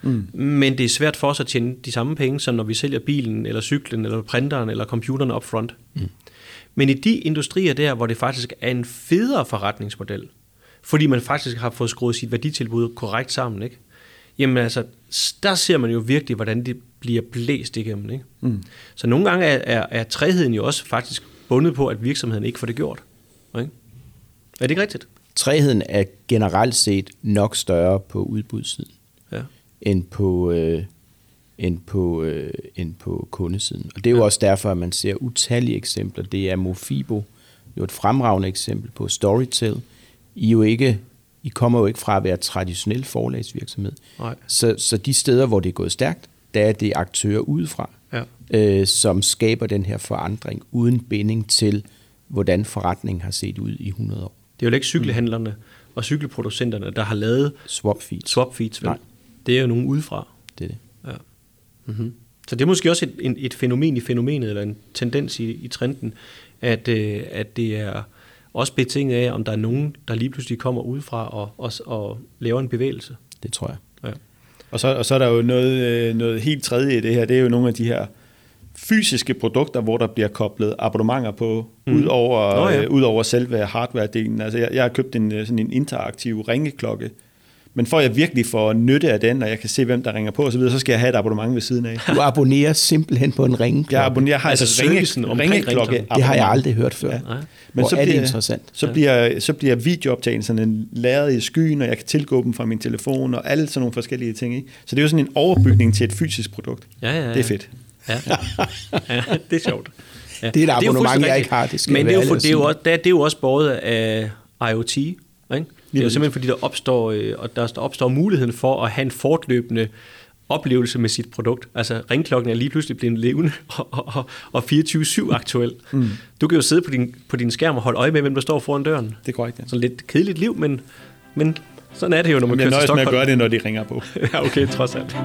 S4: Mm. Men det er svært for os at tjene de samme penge, som når vi sælger bilen, eller cyklen, eller printeren, eller computeren up front. Mm. Men i de industrier der, hvor det faktisk er en federe forretningsmodel, fordi man faktisk har fået skruet sit værditilbud korrekt sammen, ikke? Jamen altså, der ser man jo virkelig, hvordan det bliver blæst igennem, ikke? Mm. Så nogle gange er, er, er træheden jo også faktisk bundet på, at virksomheden ikke får det gjort. Ikke? Er det ikke rigtigt?
S3: Træheden er generelt set nok større på udbudssiden, ja. end på øh, end på øh, end på kundesiden. Og det er jo ja. også derfor, at man ser utallige eksempler. Det er Mofibo, jo et fremragende eksempel på Storytel. I jo ikke I kommer jo ikke fra at være traditionel forlagsvirksomhed. Nej. Så, så de steder, hvor det er gået stærkt, der er det aktører udefra, ja. øh, som skaber den her forandring uden binding til, hvordan forretningen har set ud i hundrede år.
S4: Det er jo ikke cykelhandlerne mm. og cykelproducenterne, der har lavet
S3: swapfeeds.
S4: Swapfeeds, Nej. Det er jo nogen udefra.
S3: Det er det.
S4: Ja. Mm-hmm. Så det er måske også et, et fænomen i fænomenet, eller en tendens i, i trenden, at, øh, at det er også betinget af, om der er nogen, der lige pludselig kommer udefra og, og, og laver en bevægelse.
S3: Det tror jeg.
S1: Ja. Og, så, og så er der jo noget, noget helt tredje i det her. Det er jo nogle af de her fysiske produkter, hvor der bliver koblet abonnementer på, mm. ud, over, Nå, ja. øh, ud over selve hardware-delen. Altså, jeg, jeg har købt en, sådan en interaktiv ringeklokke, men for at jeg virkelig får nytte af den, og jeg kan se, hvem der ringer på osv., så skal jeg have et abonnement ved siden af.
S3: Du abonnerer simpelthen på en ringeklokke?
S1: Jeg abonnerer, har altså ringe, ringeklokke.
S3: Det har jeg aldrig hørt før. Ja. Men
S1: så
S3: er
S1: bliver,
S3: det interessant?
S1: Så bliver, så bliver videooptagelserne lagret i skyen, og jeg kan tilgå dem fra min telefon, og alle sådan nogle forskellige ting. Ikke? Så det er jo sådan en overbygning til et fysisk produkt.
S4: Ja, ja, ja.
S1: Det er fedt.
S4: Ja, ja, det er sjovt. Ja.
S3: Det er et abonnement, jeg ikke har. Det
S4: Men det er, jo, det, er jo også, det er jo også båret af IoT, ikke? Det er jo simpelthen fordi, der opstår, og der opstår muligheden for at have en fortløbende oplevelse med sit produkt. Altså ringklokken er lige pludselig blevet levende og, og, og fireogtyve syv aktuel. Mm. Du kan jo sidde på din, på din skærm og holde øje med, hvem der står foran døren.
S1: Det er korrekt, ja.
S4: Sådan lidt kedeligt liv, men, men sådan er det jo, når man kører til
S1: Stockholm. Jeg nøjes med at gøre det, når de ringer på.
S4: Ja, okay, trods alt.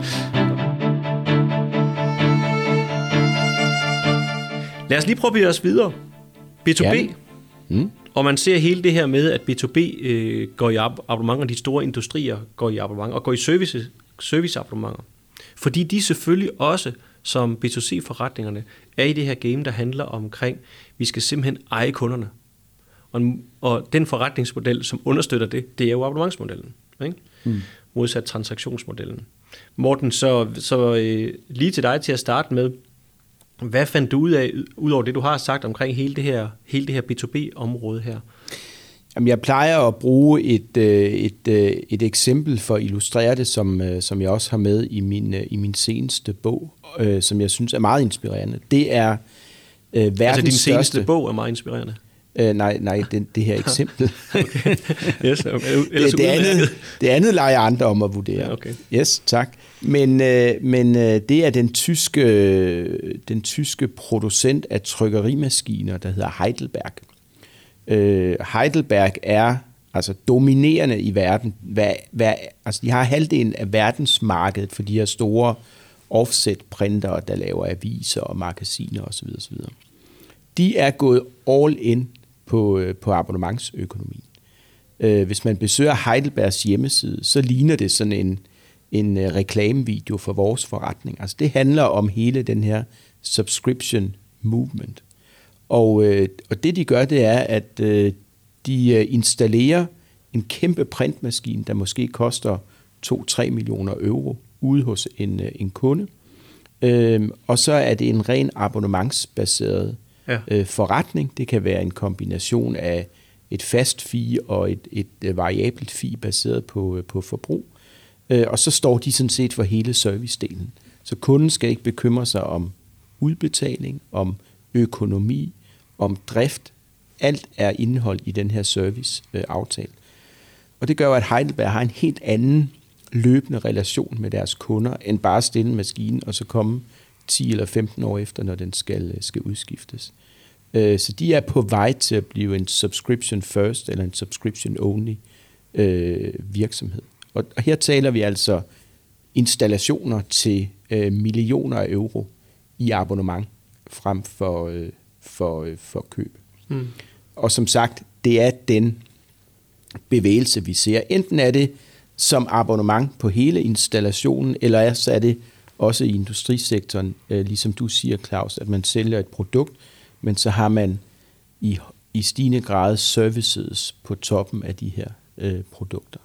S4: Lad os lige prøve at os videre. B to B. Ja. Mm. Og man ser hele det her med, at B to B øh, går i abonnementer, de store industrier går i abonnementer, og går i service, serviceabonnementer. Fordi de selvfølgelig også, som B to C-forretningerne, er i det her game, der handler omkring, vi skal simpelthen eje kunderne. Og, og den forretningsmodel, som understøtter det, det er jo abonnementsmodellen. Ikke? Mm. Modsat transaktionsmodellen. Morten, så, så øh, lige til dig til at starte med, hvad fandt du ud af, ud over det, du har sagt omkring hele det her, hele det her B to B-område her?
S3: Jamen, jeg plejer at bruge et, et, et, et eksempel for at illustrere det, som, som jeg også har med i min, i min seneste bog, som jeg synes er meget inspirerende. Det er øh, verdens
S4: altså din seneste
S3: største...
S4: bog er meget inspirerende?
S3: Øh, nej, nej det, det her eksempel.
S4: Okay. Yes, okay.
S3: det, det, andet, det andet lader jeg andre om at vurdere.
S4: Ja, okay.
S3: Yes, tak. Men, øh, men øh, det er den tyske, den tyske producent af trykkerimaskiner, der hedder Heidelberg. Øh, Heidelberg er altså dominerende i verden. Hver, hver, altså de har halvdelen af verdensmarkedet for de her store offset-printere, der laver aviser og magasiner osv. osv. De er gået all in på, på abonnementsøkonomien. Øh, hvis man besøger Heidelbergs hjemmeside, så ligner det sådan en, en reklamevideo for vores forretning. Altså det handler om hele den her subscription movement. Og, øh, og det de gør, det er, at øh, de installerer en kæmpe printmaskine, der måske koster to til tre millioner euro ude hos en, en kunde. Øh, og så er det en ren abonnementsbaseret ja. øh, forretning. Det kan være en kombination af et fast fee og et, et, et variabelt fee baseret på, på forbrug. Øh, og så står de sådan set for hele servicedelen. Så kunden skal ikke bekymre sig om udbetaling, om økonomi, om drift. Alt er indhold i den her serviceaftale. Og det gør jo, at Heidelberg har en helt anden løbende relation med deres kunder, end bare stille en maskine og så komme ti eller femten år efter, når den skal, skal udskiftes. Så de er på vej til at blive en subscription first eller en subscription only øh, virksomhed. Og, og her taler vi altså installationer til øh, millioner af euro i abonnement frem for, øh, for, øh, for køb. Mm. Og som sagt, det er den bevægelse, vi ser. Enten er det som abonnement på hele installationen, eller så er det også i industrisektoren, øh, ligesom du siger, Claus, at man sælger et produkt, men så har man i, i stigende grad services på toppen af de her øh, produkter.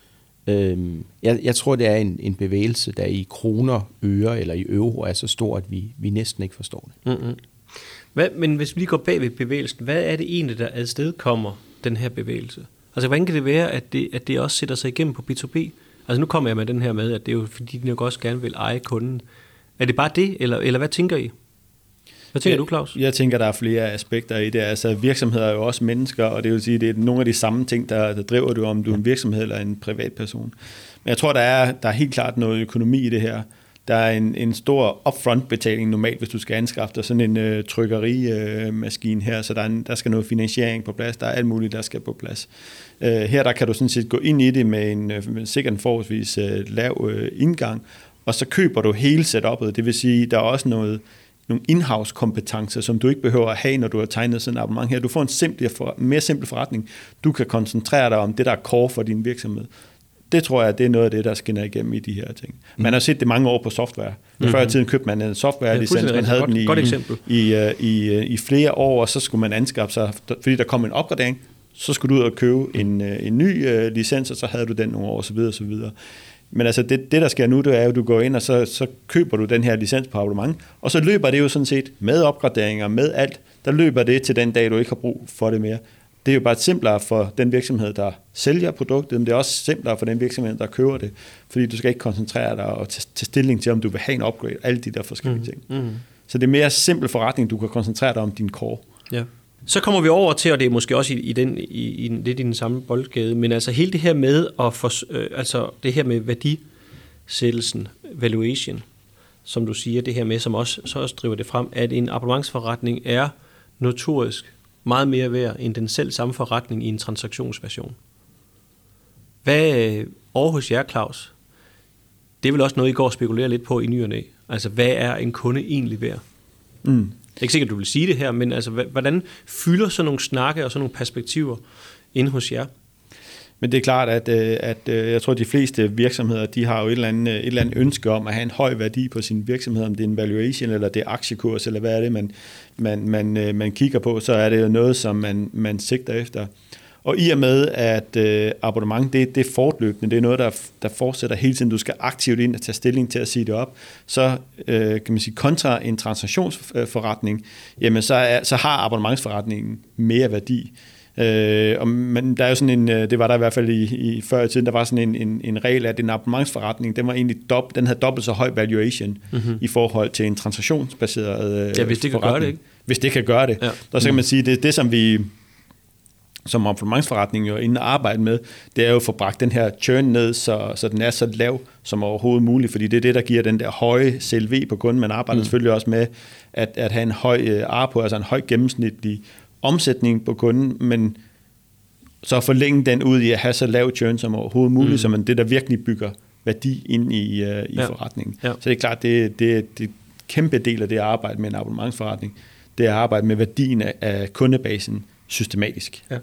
S3: Øhm, jeg, jeg tror, det er en, en bevægelse, der i kroner, øre eller i euro er så stor, at vi, vi næsten ikke forstår det.
S4: Mm-hmm. Hvad, men hvis vi lige går bag ved bevægelsen, hvad er det egentlig, der afstedkommer den her bevægelse? Altså, hvordan kan det være, at det, at det også sætter sig igennem på B to B? Altså, nu kommer jeg med den her med, at det er jo fordi, de nok også gerne vil eje kunden. Er det bare det, eller, eller hvad tænker I? Hvad tænker
S1: jeg,
S4: du, Claus?
S1: Jeg tænker, der er flere aspekter i det. Altså, virksomheder er jo også mennesker, og det vil sige, det er nogle af de samme ting, der, der driver du, om du er en virksomhed eller en privatperson. Men jeg tror, der er, der er helt klart noget økonomi i det her. Der er en, en stor upfront-betaling normalt, hvis du skal anskaffe dig sådan en øh, trykkerimaskine øh, her, så der, er en, der skal noget finansiering på plads, der er alt muligt, der skal på plads. Øh, her der kan du sådan set gå ind i det med en øh, sikkert en forholdsvis øh, lav øh, indgang, og så køber du hele setup'et. Det vil sige, der er også noget, nogle in-house-kompetencer, som du ikke behøver at have, når du har tegnet sådan en abonnement her. Du får en simpel, mere simpel forretning. Du kan koncentrere dig om det, der er core for din virksomhed. Det tror jeg, det er noget af det, der skinner igennem i de her ting. Man har set det mange år på software. Mm-hmm. Før i tiden købte man en software-licens, man havde
S4: godt,
S1: den i,
S4: godt
S1: i, i, i, i flere år, og så skulle man anskaffe sig, fordi der kom en opgradering, så skulle du ud og købe en, en ny uh, licens, og så havde du den nogle år, osv. osv. Men altså det, det, der sker nu, det er jo, at du går ind, og så, så køber du den her licens på abonnement, og så løber det jo sådan set med opgraderinger, med alt, der løber det til den dag, du ikke har brug for det mere. Det er jo bare simplere for den virksomhed, der sælger produktet, men det er også simplere for den virksomhed, der køber det, fordi du skal ikke koncentrere dig og tage stilling til, om du vil have en upgrade, alle de der forskellige ting. Mm, mm. Så det er mere simpel forretning, du kan koncentrere dig om din core.
S4: Ja. Så kommer vi over til, og det er måske også i, i, den, i, i lidt i den samme boldgade, men altså hele det her med at for, øh, altså det her med værdisættelsen, valuation, som du siger, det her med, som også, så også driver det frem, at en abonnementsforretning er notorisk meget mere værd end den selv samme forretning i en transaktionsversion. Hvad over hos jer, Claus? Det er vel også noget, I går og spekulerer lidt på i ny og næ. Altså, hvad er en kunde egentlig værd? Mm. Det er ikke sikkert, du vil sige det her, men altså, hvordan fylder sådan nogle snakke og sådan nogle perspektiver inde hos jer?
S1: Men det er klart, at, at jeg tror, at de fleste virksomheder, de har jo et eller, andet, et eller andet ønske om at have en høj værdi på sin virksomhed, om det er en valuation, eller det er aktiekurs, eller hvad er det, man, man, man, man kigger på, så er det jo noget, som man, man sigter efter. Og i og med, at øh, abonnement, det, det er fortløbende, det er noget, der, der fortsætter hele tiden, du skal aktivt ind og tage stilling til at sige det op, så øh, kan man sige, kontra en transaktionsforretning, jamen så, er, så har abonnementsforretningen mere værdi. Øh, og, men der er jo sådan en, det var der i hvert fald i, i før i tiden, der var sådan en, en, en regel, at en abonnementsforretning, den var egentlig dob, den havde dobbelt så høj valuation mm-hmm. i forhold til en transaktionsbaseret øh,
S4: ja, hvis det kan gøre det, ikke?
S1: Hvis det kan gøre det.
S4: Ja.
S1: Og så kan man sige, det det, som vi som abonnementsforretning jo inden at arbejde med, det er jo at få bragt den her churn ned, så, så den er så lav som overhovedet muligt, fordi det er det, der giver den der høje C L V på kunden. Man arbejder mm. selvfølgelig også med at, at have en høj A R P U, altså en høj gennemsnitlig omsætning på kunden, men så forlænge den ud i at have så lav churn som overhovedet muligt, mm. så man det, der virkelig bygger værdi ind i, uh, i ja. forretningen. Ja. Så det er klart, det, det, det er en kæmpe del af det at arbejde med en abonnementsforretning, det er at arbejde med værdien af, af kundebasen systematisk. Ja.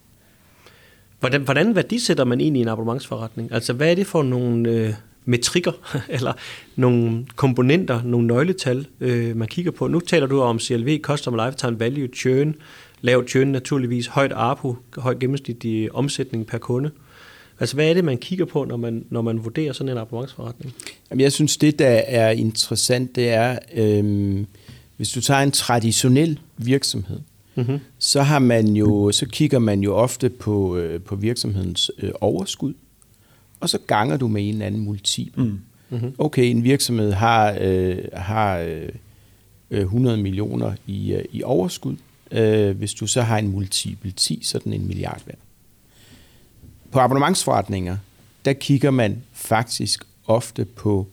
S4: Hvordan, hvordan værdisætter man egentlig en abonnementsforretning? Altså, hvad er det for nogle øh, metrikker, eller nogle komponenter, nogle nøgletal, øh, man kigger på? Nu taler du om C L V, Customer Lifetime Value, churn, lav churn naturligvis, højt A R P U, høj gennemsnitlig omsætning per kunde. Altså, hvad er det, man kigger på, når man, når man vurderer sådan en abonnementsforretning?
S3: Jamen, jeg synes, det, der er interessant, det er, øh, hvis du tager en traditionel virksomhed, mm-hmm. så har man jo, så kigger man jo ofte på, øh, på virksomhedens øh, overskud, og så ganger du med en eller anden multiple. Mm. Mm-hmm. Okay, en virksomhed har, øh, har øh, hundrede millioner i, øh, i overskud. Øh, hvis du så har en multiple ti, så er den en milliard værd. På abonnementsforretninger, der kigger man faktisk ofte på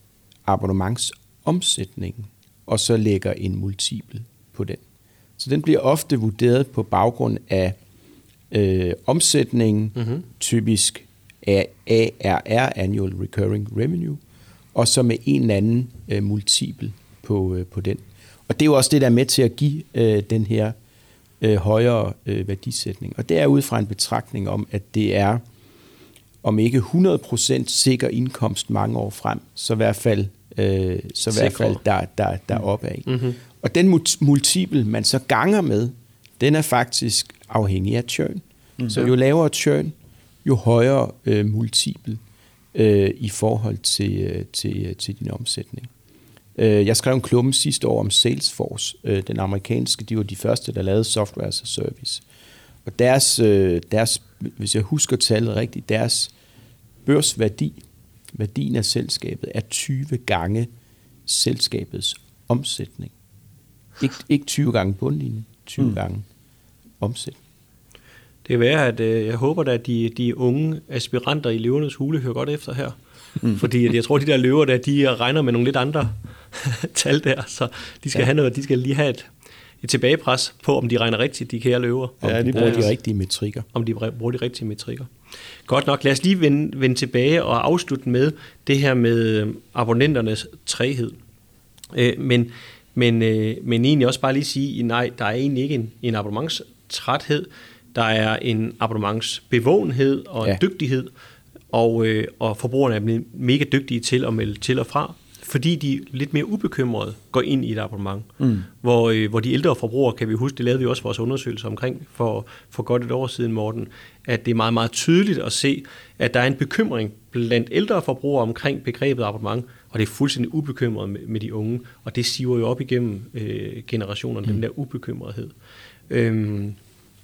S3: abonnementsomsætningen, og så lægger en multiple på den. Så den bliver ofte vurderet på baggrund af øh, omsætningen, mm-hmm. typisk A R R, Annual Recurring Revenue, og så med en eller anden øh, multiple på, øh, på den. Og det er jo også det, der er med til at give øh, den her øh, højere øh, værdisætning. Og det er ud fra en betragtning om, at det er om ikke hundrede procent sikker indkomst mange år frem, så i hvert fald, øh, så i hvert fald der, der, der er opad. Mm-hmm. Og den multiple, man så ganger med, den er faktisk afhængig af churn. Mm-hmm. Så jo lavere churn, jo højere øh, multiple øh, i forhold til, øh, til, øh, til din omsætning. Øh, jeg skrev en klumme sidste år om Salesforce, øh, den amerikanske, de var de første, der lavede software as a service. Og deres, øh, deres, hvis jeg husker tallet rigtigt, deres børsværdi, værdien af selskabet, er tyve gange selskabets omsætning. Ik, ikke tyve gange bundlinjen, tyve mm. gange omsætning.
S4: Det er værd, at øh, jeg håber, at de, de unge aspiranter i Løvernes Hule hører godt efter her. Mm. Fordi jeg tror, de der løver der, de regner med nogle lidt andre tal der, så de skal, ja. have noget, de skal lige have et, et tilbagepres på, om de regner rigtigt, de kære løver.
S3: Om ja, de bruger de rigtige metrikker.
S4: Om de bruger de rigtige metrikker. Godt nok, lad os lige vende, vende tilbage og afslutte med det her med abonnenternes træghed. Øh, men, men, øh, men egentlig også bare lige sige, nej, der er egentlig ikke en, en abonnementstræthed, der er en abonnementsbevågenhed og en ja. dygtighed, og, øh, og forbrugerne er blevet mega dygtige til at melde til og fra, fordi de lidt mere ubekymrede går ind i et abonnement. Mm. Hvor, øh, hvor de ældre forbrugere, kan vi huske, det lavede vi også vores undersøgelse omkring for, for godt et år siden, Morten, at det er meget, meget tydeligt at se, at der er en bekymring blandt ældre forbrugere omkring begrebet abonnement, og det er fuldstændig ubekymret med, med de unge, og det siver jo op igennem øh, generationerne, mm. den der ubekymrethed. Øhm,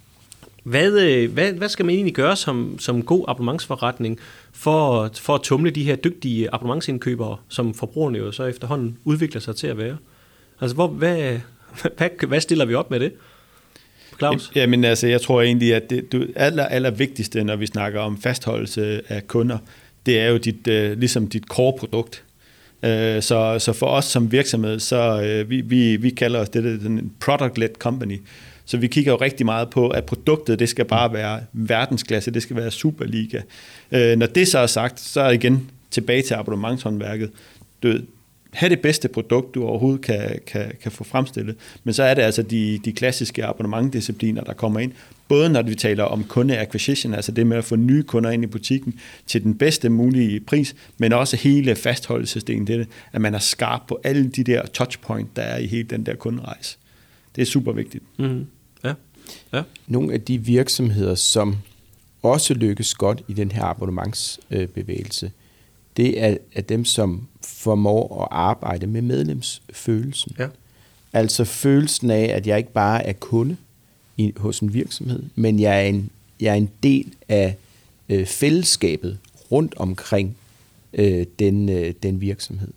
S4: Hvad, hvad, hvad skal man egentlig gøre som, som god abonnementsforretning for, for at tumle de her dygtige abonnementsindkøbere, som forbrugerne jo så efterhånden udvikler sig til at være? Altså, hvor, hvad, hvad, hvad stiller vi op med det, Claus?
S1: Jamen altså, jeg tror egentlig, at det, det aller, aller vigtigste, når vi snakker om fastholdelse af kunder, det er jo dit, uh, ligesom dit core-produkt. Uh, så, så for os som virksomhed, så uh, vi, vi, vi kalder os det en product-led company. Så vi kigger jo rigtig meget på, at produktet, det skal bare være verdensklasse, det skal være Superliga. Øh, når det så er sagt, så er det igen tilbage til abonnementshåndværket. Du, have det bedste produkt, du overhovedet kan, kan, kan få fremstillet. Men så er det altså de, de klassiske abonnementdiscipliner, der kommer ind. Både når vi taler om kunde-acquisition, altså det med at få nye kunder ind i butikken til den bedste mulige pris, men også hele fastholdelsesdelen, det, at man er skarp på alle de der touchpoint, der er i hele den der kunderejse. Det er super vigtigt.
S4: Mm-hmm. Ja. Ja.
S3: Nogle af de virksomheder, som også lykkes godt i den her abonnementsbevægelse, det er, er dem, som formår at arbejde med medlemsfølelsen.
S4: Ja.
S3: Altså følelsen af, at jeg ikke bare er kunde i, hos en virksomhed, men jeg er en, jeg er en del af øh, fællesskabet rundt omkring øh, den, øh, den virksomhed.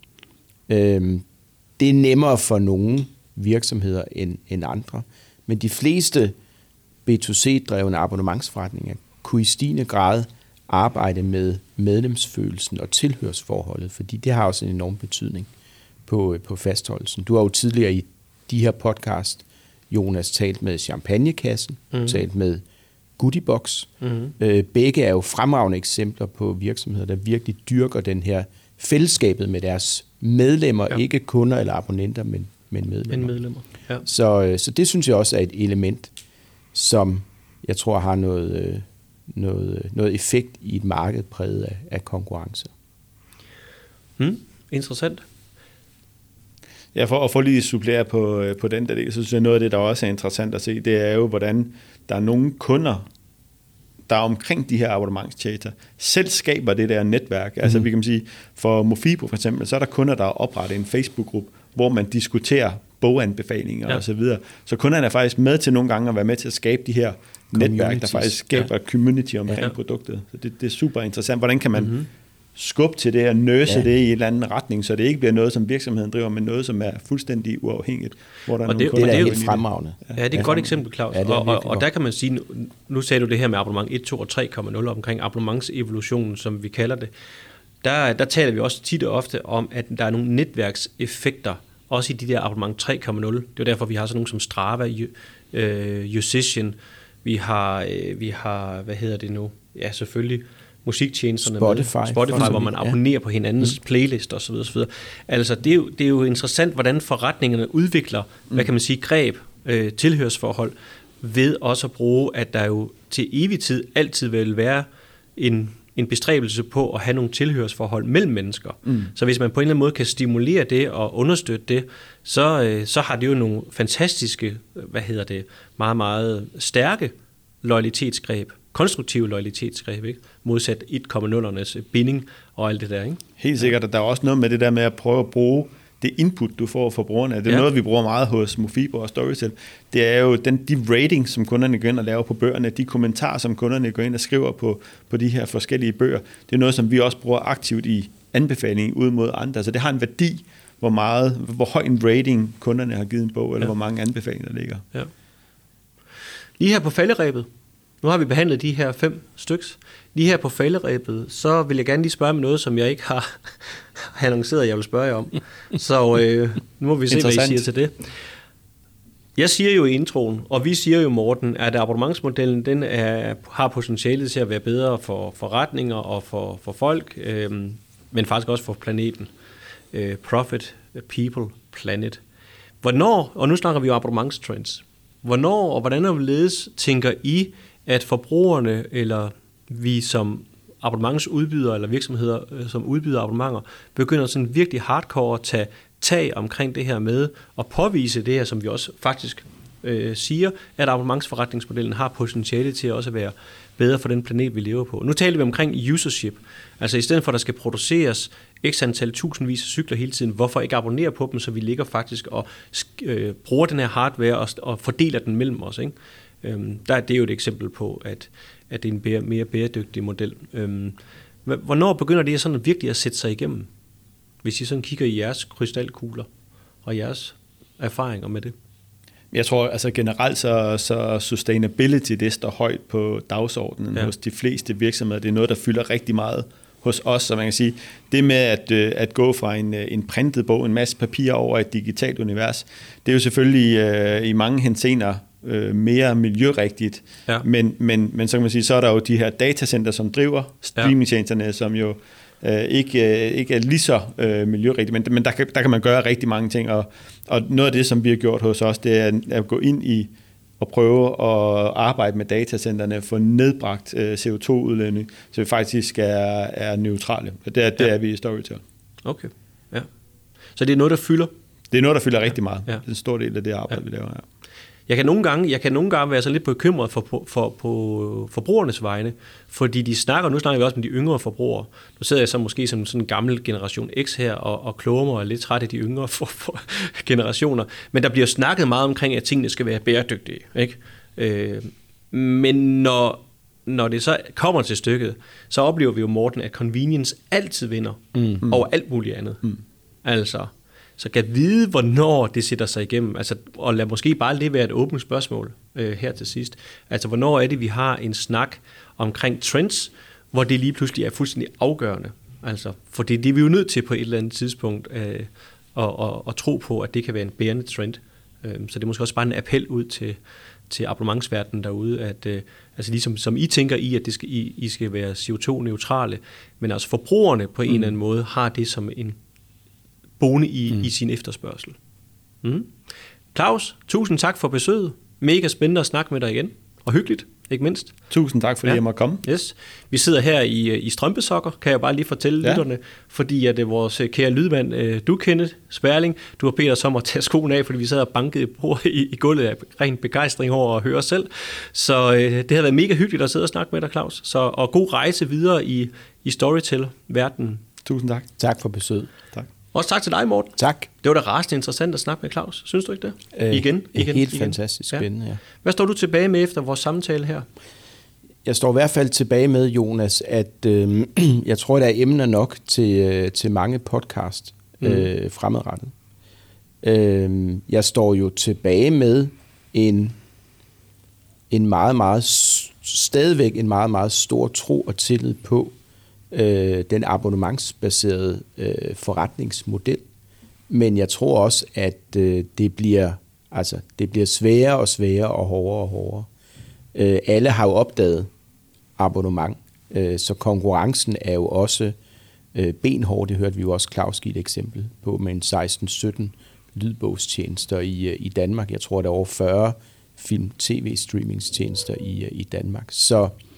S3: Øh, det er nemmere for nogle virksomheder end, end andre, men de fleste B to C-drevne abonnementsforretninger kunne i stigende grad arbejde med medlemsfølelsen og tilhørsforholdet, fordi det har også en enorm betydning på, på fastholdelsen. Du har jo tidligere i de her podcast, Jonas, talt med Champagnekassen, mm. talt med Goodiebox. Mm. Øh, begge er jo fremragende eksempler på virksomheder, der virkelig dyrker den her fællesskabet med deres medlemmer, ja. Ikke kunder eller abonnenter, men, men medlemmer.
S4: Men medlemmer. Ja.
S3: Så, så det synes jeg også er et element, som jeg tror har noget, noget, noget effekt i et marked præget af, af konkurrence.
S4: Hmm, interessant.
S1: Ja, for at få lige supplere på, på den der del, så synes jeg noget af det, der også er interessant at se, det er jo, hvordan der er nogle kunder, der er omkring de her abonnementstjenester, selv skaber det der netværk. Mm-hmm. Altså vi kan sige, for Mofibo for eksempel, så er der kunder, der har oprettet en Facebook-gruppe, hvor man diskuterer boganbefalinger ja. og så videre. Så kunderne er faktisk med til nogle gange at være med til at skabe de her netværk, der faktisk skaber ja. community omkring ja. produktet. Så det, det er super interessant. Hvordan kan man mm-hmm. skubbe til det og nøse ja. det i en eller anden retning, så det ikke bliver noget, som virksomheden driver, men noget, som er fuldstændig uafhængigt. Hvor der er
S3: og det, det er helt fremragende.
S4: Ja, det er et ja, godt eksempel, Claus. Ja, og, og, og der kan man sige, nu, nu sagde du det her med abonnement et, to og tre komma nul omkring abonnementsevolutionen, som vi kalder det. Der, der taler vi også tit og ofte om, at der er nogle netværkseffekter, også i de der abonnement tre komma nul. Det er derfor, vi har sådan nogle som Strava, uh, Musician, vi har, uh, vi har, hvad hedder det nu? Ja, selvfølgelig musiktjenesterne
S3: Spotify,
S4: med Spotify, hvor man abonnerer ja. på hinandens mm. playlist osv. osv. Altså, det er, jo, det er jo interessant, hvordan forretningerne udvikler, mm. hvad kan man sige, greb, øh, tilhørsforhold, ved også at bruge, at der jo til evig tid altid vil være en, en bestræbelse på at have nogle tilhørsforhold mellem mennesker. Mm. Så hvis man på en eller anden måde kan stimulere det og understøtte det, så, øh, så har det jo nogle fantastiske, hvad hedder det, meget, meget stærke loyalitetsgreb, konstruktive loyalitetsgreb, ikke? Modsat et komma nul'ernes binding og alt det der, ikke?
S1: Helt sikkert, og der er også noget med det der med at prøve at bruge det input, du får fra brugerne. Det er ja. noget, vi bruger meget hos Mofibo og Storytel. Det er jo den, de ratings, som kunderne går ind og laver på bøgerne, de kommentarer, som kunderne går ind og skriver på, på de her forskellige bøger. Det er noget, som vi også bruger aktivt i anbefalingen ud mod andre. Så det har en værdi, hvor meget, hvor høj en rating kunderne har givet en bog, eller ja. hvor mange anbefalinger der ligger. Ja.
S4: Lige her på falderebet, nu har vi behandlet de her fem styks. Lige her på falderebet, så vil jeg gerne lige spørge med noget, som jeg ikke har annonceret, jeg vil spørge jer om. Så øh, nu må vi se, hvad I siger til det. Jeg siger jo i introen, og vi siger jo, Morten, at abonnementsmodellen den er, har potentialet til at være bedre for forretninger og for, for folk, øh, men faktisk også for planeten. Øh, profit, people, planet. Hvornår, og nu snakker vi jo abonnementstrends, hvornår og hvordan og hvorledes tænker I, at forbrugerne eller vi som abonnementsudbydere eller virksomheder, som udbyder abonnementer, begynder sådan virkelig hardcore at tage tag omkring det her med at påvise det her, som vi også faktisk øh, siger, at abonnementsforretningsmodellen har potentiale til at også være bedre for den planet, vi lever på. Nu taler vi omkring usership. Altså i stedet for, at der skal produceres x antal tusindvis af cykler hele tiden, hvorfor ikke abonnere på dem, så vi ligger faktisk og øh, bruger den her hardware og, og fordeler den mellem os, ikke? Øhm, der, det er jo et eksempel på, at, at det er en bære, mere bæredygtig model. Øhm, hvornår begynder det sådan virkelig at sætte sig igennem, hvis I sådan kigger i jeres krystalkugler og jeres erfaringer med det?
S1: Jeg tror altså generelt, så, så sustainability, det står højt på dagsordenen ja. hos de fleste virksomheder. Det er noget, der fylder rigtig meget hos os, så man kan sige, det med at, at gå fra en, en printet bog, en masse papir over et digitalt univers, det er jo selvfølgelig øh, i mange henseender øh, mere miljørigtigt, ja. men, men, men så kan man sige, så er der jo de her datacenter, som driver streamingtjenesterne, ja. som jo øh, ikke, øh, ikke er lige så øh, miljørigtigt, men, men der, kan, der kan man gøre rigtig mange ting, og, og noget af det, som vi har gjort hos os, det er at gå ind i og prøve at arbejde med datacenterne, få nedbragt øh, C O to udledning, så vi faktisk er, er neutrale. Og det er, det ja. er vi i Storytel.
S4: Okay, ja. Så det er noget, der fylder?
S1: Det er noget, der fylder rigtig meget.
S4: Ja.
S1: Det er en stor del af det arbejde, ja. vi laver her.
S4: Jeg kan nogle gange, jeg kan nogle gange være så lidt bekymret for, for, for, på forbrugernes vegne, fordi de snakker, nu snakker vi også med de yngre forbrugere. Nu sidder jeg så måske som sådan en gammel generation X her og, og kloger mig og er lidt træt af de yngre for, for generationer. Men der bliver snakket meget omkring, at tingene skal være bæredygtige, ikke? Øh, men når, når det så kommer til stykket, så oplever vi jo, Morten, at convenience altid vinder mm. over alt muligt andet. Mm. Altså... Så kan vide, hvornår det sætter sig igennem. Altså, og lad måske bare det være et åbent spørgsmål øh, her til sidst. Altså, hvornår er det, vi har en snak omkring trends, hvor det lige pludselig er fuldstændig afgørende. Altså, for det, det er vi jo nødt til på et eller andet tidspunkt øh, at, at, at tro på, at det kan være en bærende trend. Øh, så det er måske også bare en appel ud til, til abonnementsverdenen derude, at øh, altså ligesom som I tænker i, at det skal, I, I skal være C O to neutrale, men altså forbrugerne på en mm. eller anden måde har det som en boende i, mm. i sin efterspørgsel. Mm. Claus, tusind tak for besøget. Mega spændende at snakke med dig igen. Og hyggeligt, ikke mindst.
S1: Tusind tak, fordi ja. jeg måtte komme.
S4: Yes. Vi sidder her i, i strømpesokker, kan jeg bare lige fortælle ja. lytterne, fordi at det vores kære lydmand, du Kenneth Sperling, du har bedt os om at tage skoen af, fordi vi sad og bankede på i, i gulvet af ren begejstring over at høre selv. Så øh, det har været mega hyggeligt at sidde og snakke med dig, Claus. Så, og god rejse videre i, i Storytel-verdenen.
S1: Tusind tak.
S3: Tak for besøget.
S1: Tak.
S4: Også tak til dig, Morten.
S3: Tak.
S4: Det var da rasende interessant at snakke med Claus. Synes du ikke det?
S3: Øh,
S4: igen, igen,
S3: helt
S4: igen.
S3: fantastisk spændende, ja.
S4: Hvad står du tilbage med efter vores samtale her?
S3: Jeg står i hvert fald tilbage med, Jonas, at øh, jeg tror, der er emner nok til, øh, til mange podcast øh, mm. fremadrettet. Øh, jeg står jo tilbage med en, en meget, meget, stadigvæk en meget, meget stor tro og tillid på, Øh, den abonnementsbaserede øh, forretningsmodel. Men jeg tror også, at øh, det bliver altså det bliver sværere og sværere og hårdere og hårdere. Øh, alle har jo opdaget abonnement, øh, så konkurrencen er jo også øh, benhård. Det hørte vi jo også Claus give et eksempel på med en seksten sytten lydbogstjenester i, i Danmark. Jeg tror, der er over fyrre film-tv-streamingstjenester i, i Danmark. Så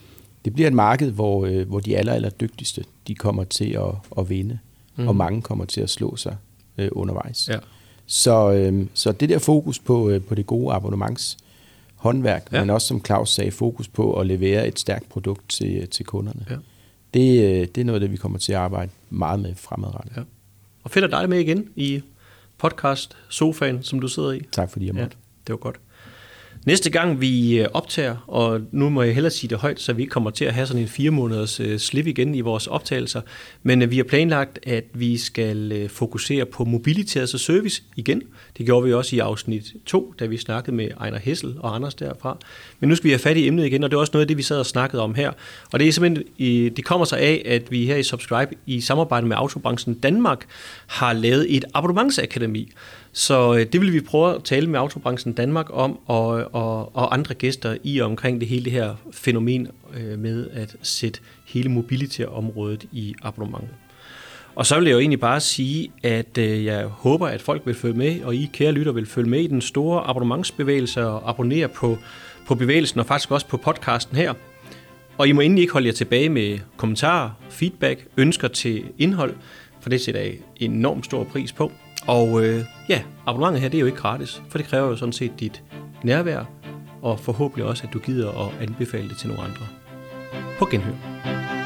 S3: det bliver et marked, hvor, øh, hvor de aller, aller dygtigste, de kommer til at, at vinde, mm. og mange kommer til at slå sig øh, undervejs.
S4: Ja.
S3: Så, øh, så det der fokus på, øh, på det gode abonnementshåndværk, ja. men også som Claus sagde, fokus på at levere et stærkt produkt til, til kunderne. Ja. Det, øh, det er noget, det vi kommer til at arbejde meget med fremadrettet. Ja.
S4: Og fedt at dig med igen i podcast-sofaen, som du sidder i.
S3: Tak fordi jeg måtte.
S4: Ja, det var godt. Næste gang vi optager, og nu må jeg hellere sige det højt, så vi ikke kommer til at have sådan en fire måneders uh, slip igen i vores optagelser, men uh, vi har planlagt, at vi skal uh, fokusere på mobility as a service igen. Det gjorde vi også i afsnit to, da vi snakkede med Ejner Hessel og Anders derfra. Men nu skal vi have fat i emnet igen, og det er også noget af det, vi sad og snakkede om her. Og det er simpelthen, det kommer så af, at vi her i Subscribe i samarbejde med Autobranchen Danmark har lavet et abonnementsakademi. Så det vil vi prøve at tale med Autobranchen Danmark om, og, og, og andre gæster i omkring det hele det her fænomen med at sætte hele mobility-området i abonnement. Og så vil jeg jo egentlig bare sige, at jeg håber, at folk vil følge med, og I kære lytter vil følge med i den store abonnementsbevægelse og abonnere på, på bevægelsen og faktisk også på podcasten her. Og I må endelig ikke holde jer tilbage med kommentarer, feedback, ønsker til indhold, for det sætter jeg enormt stor pris på. Og øh, ja, abonnementet her, det er jo ikke gratis, for det kræver jo sådan set dit nærvær, og forhåbentlig også, at du gider at anbefale det til nogle andre. På genhør.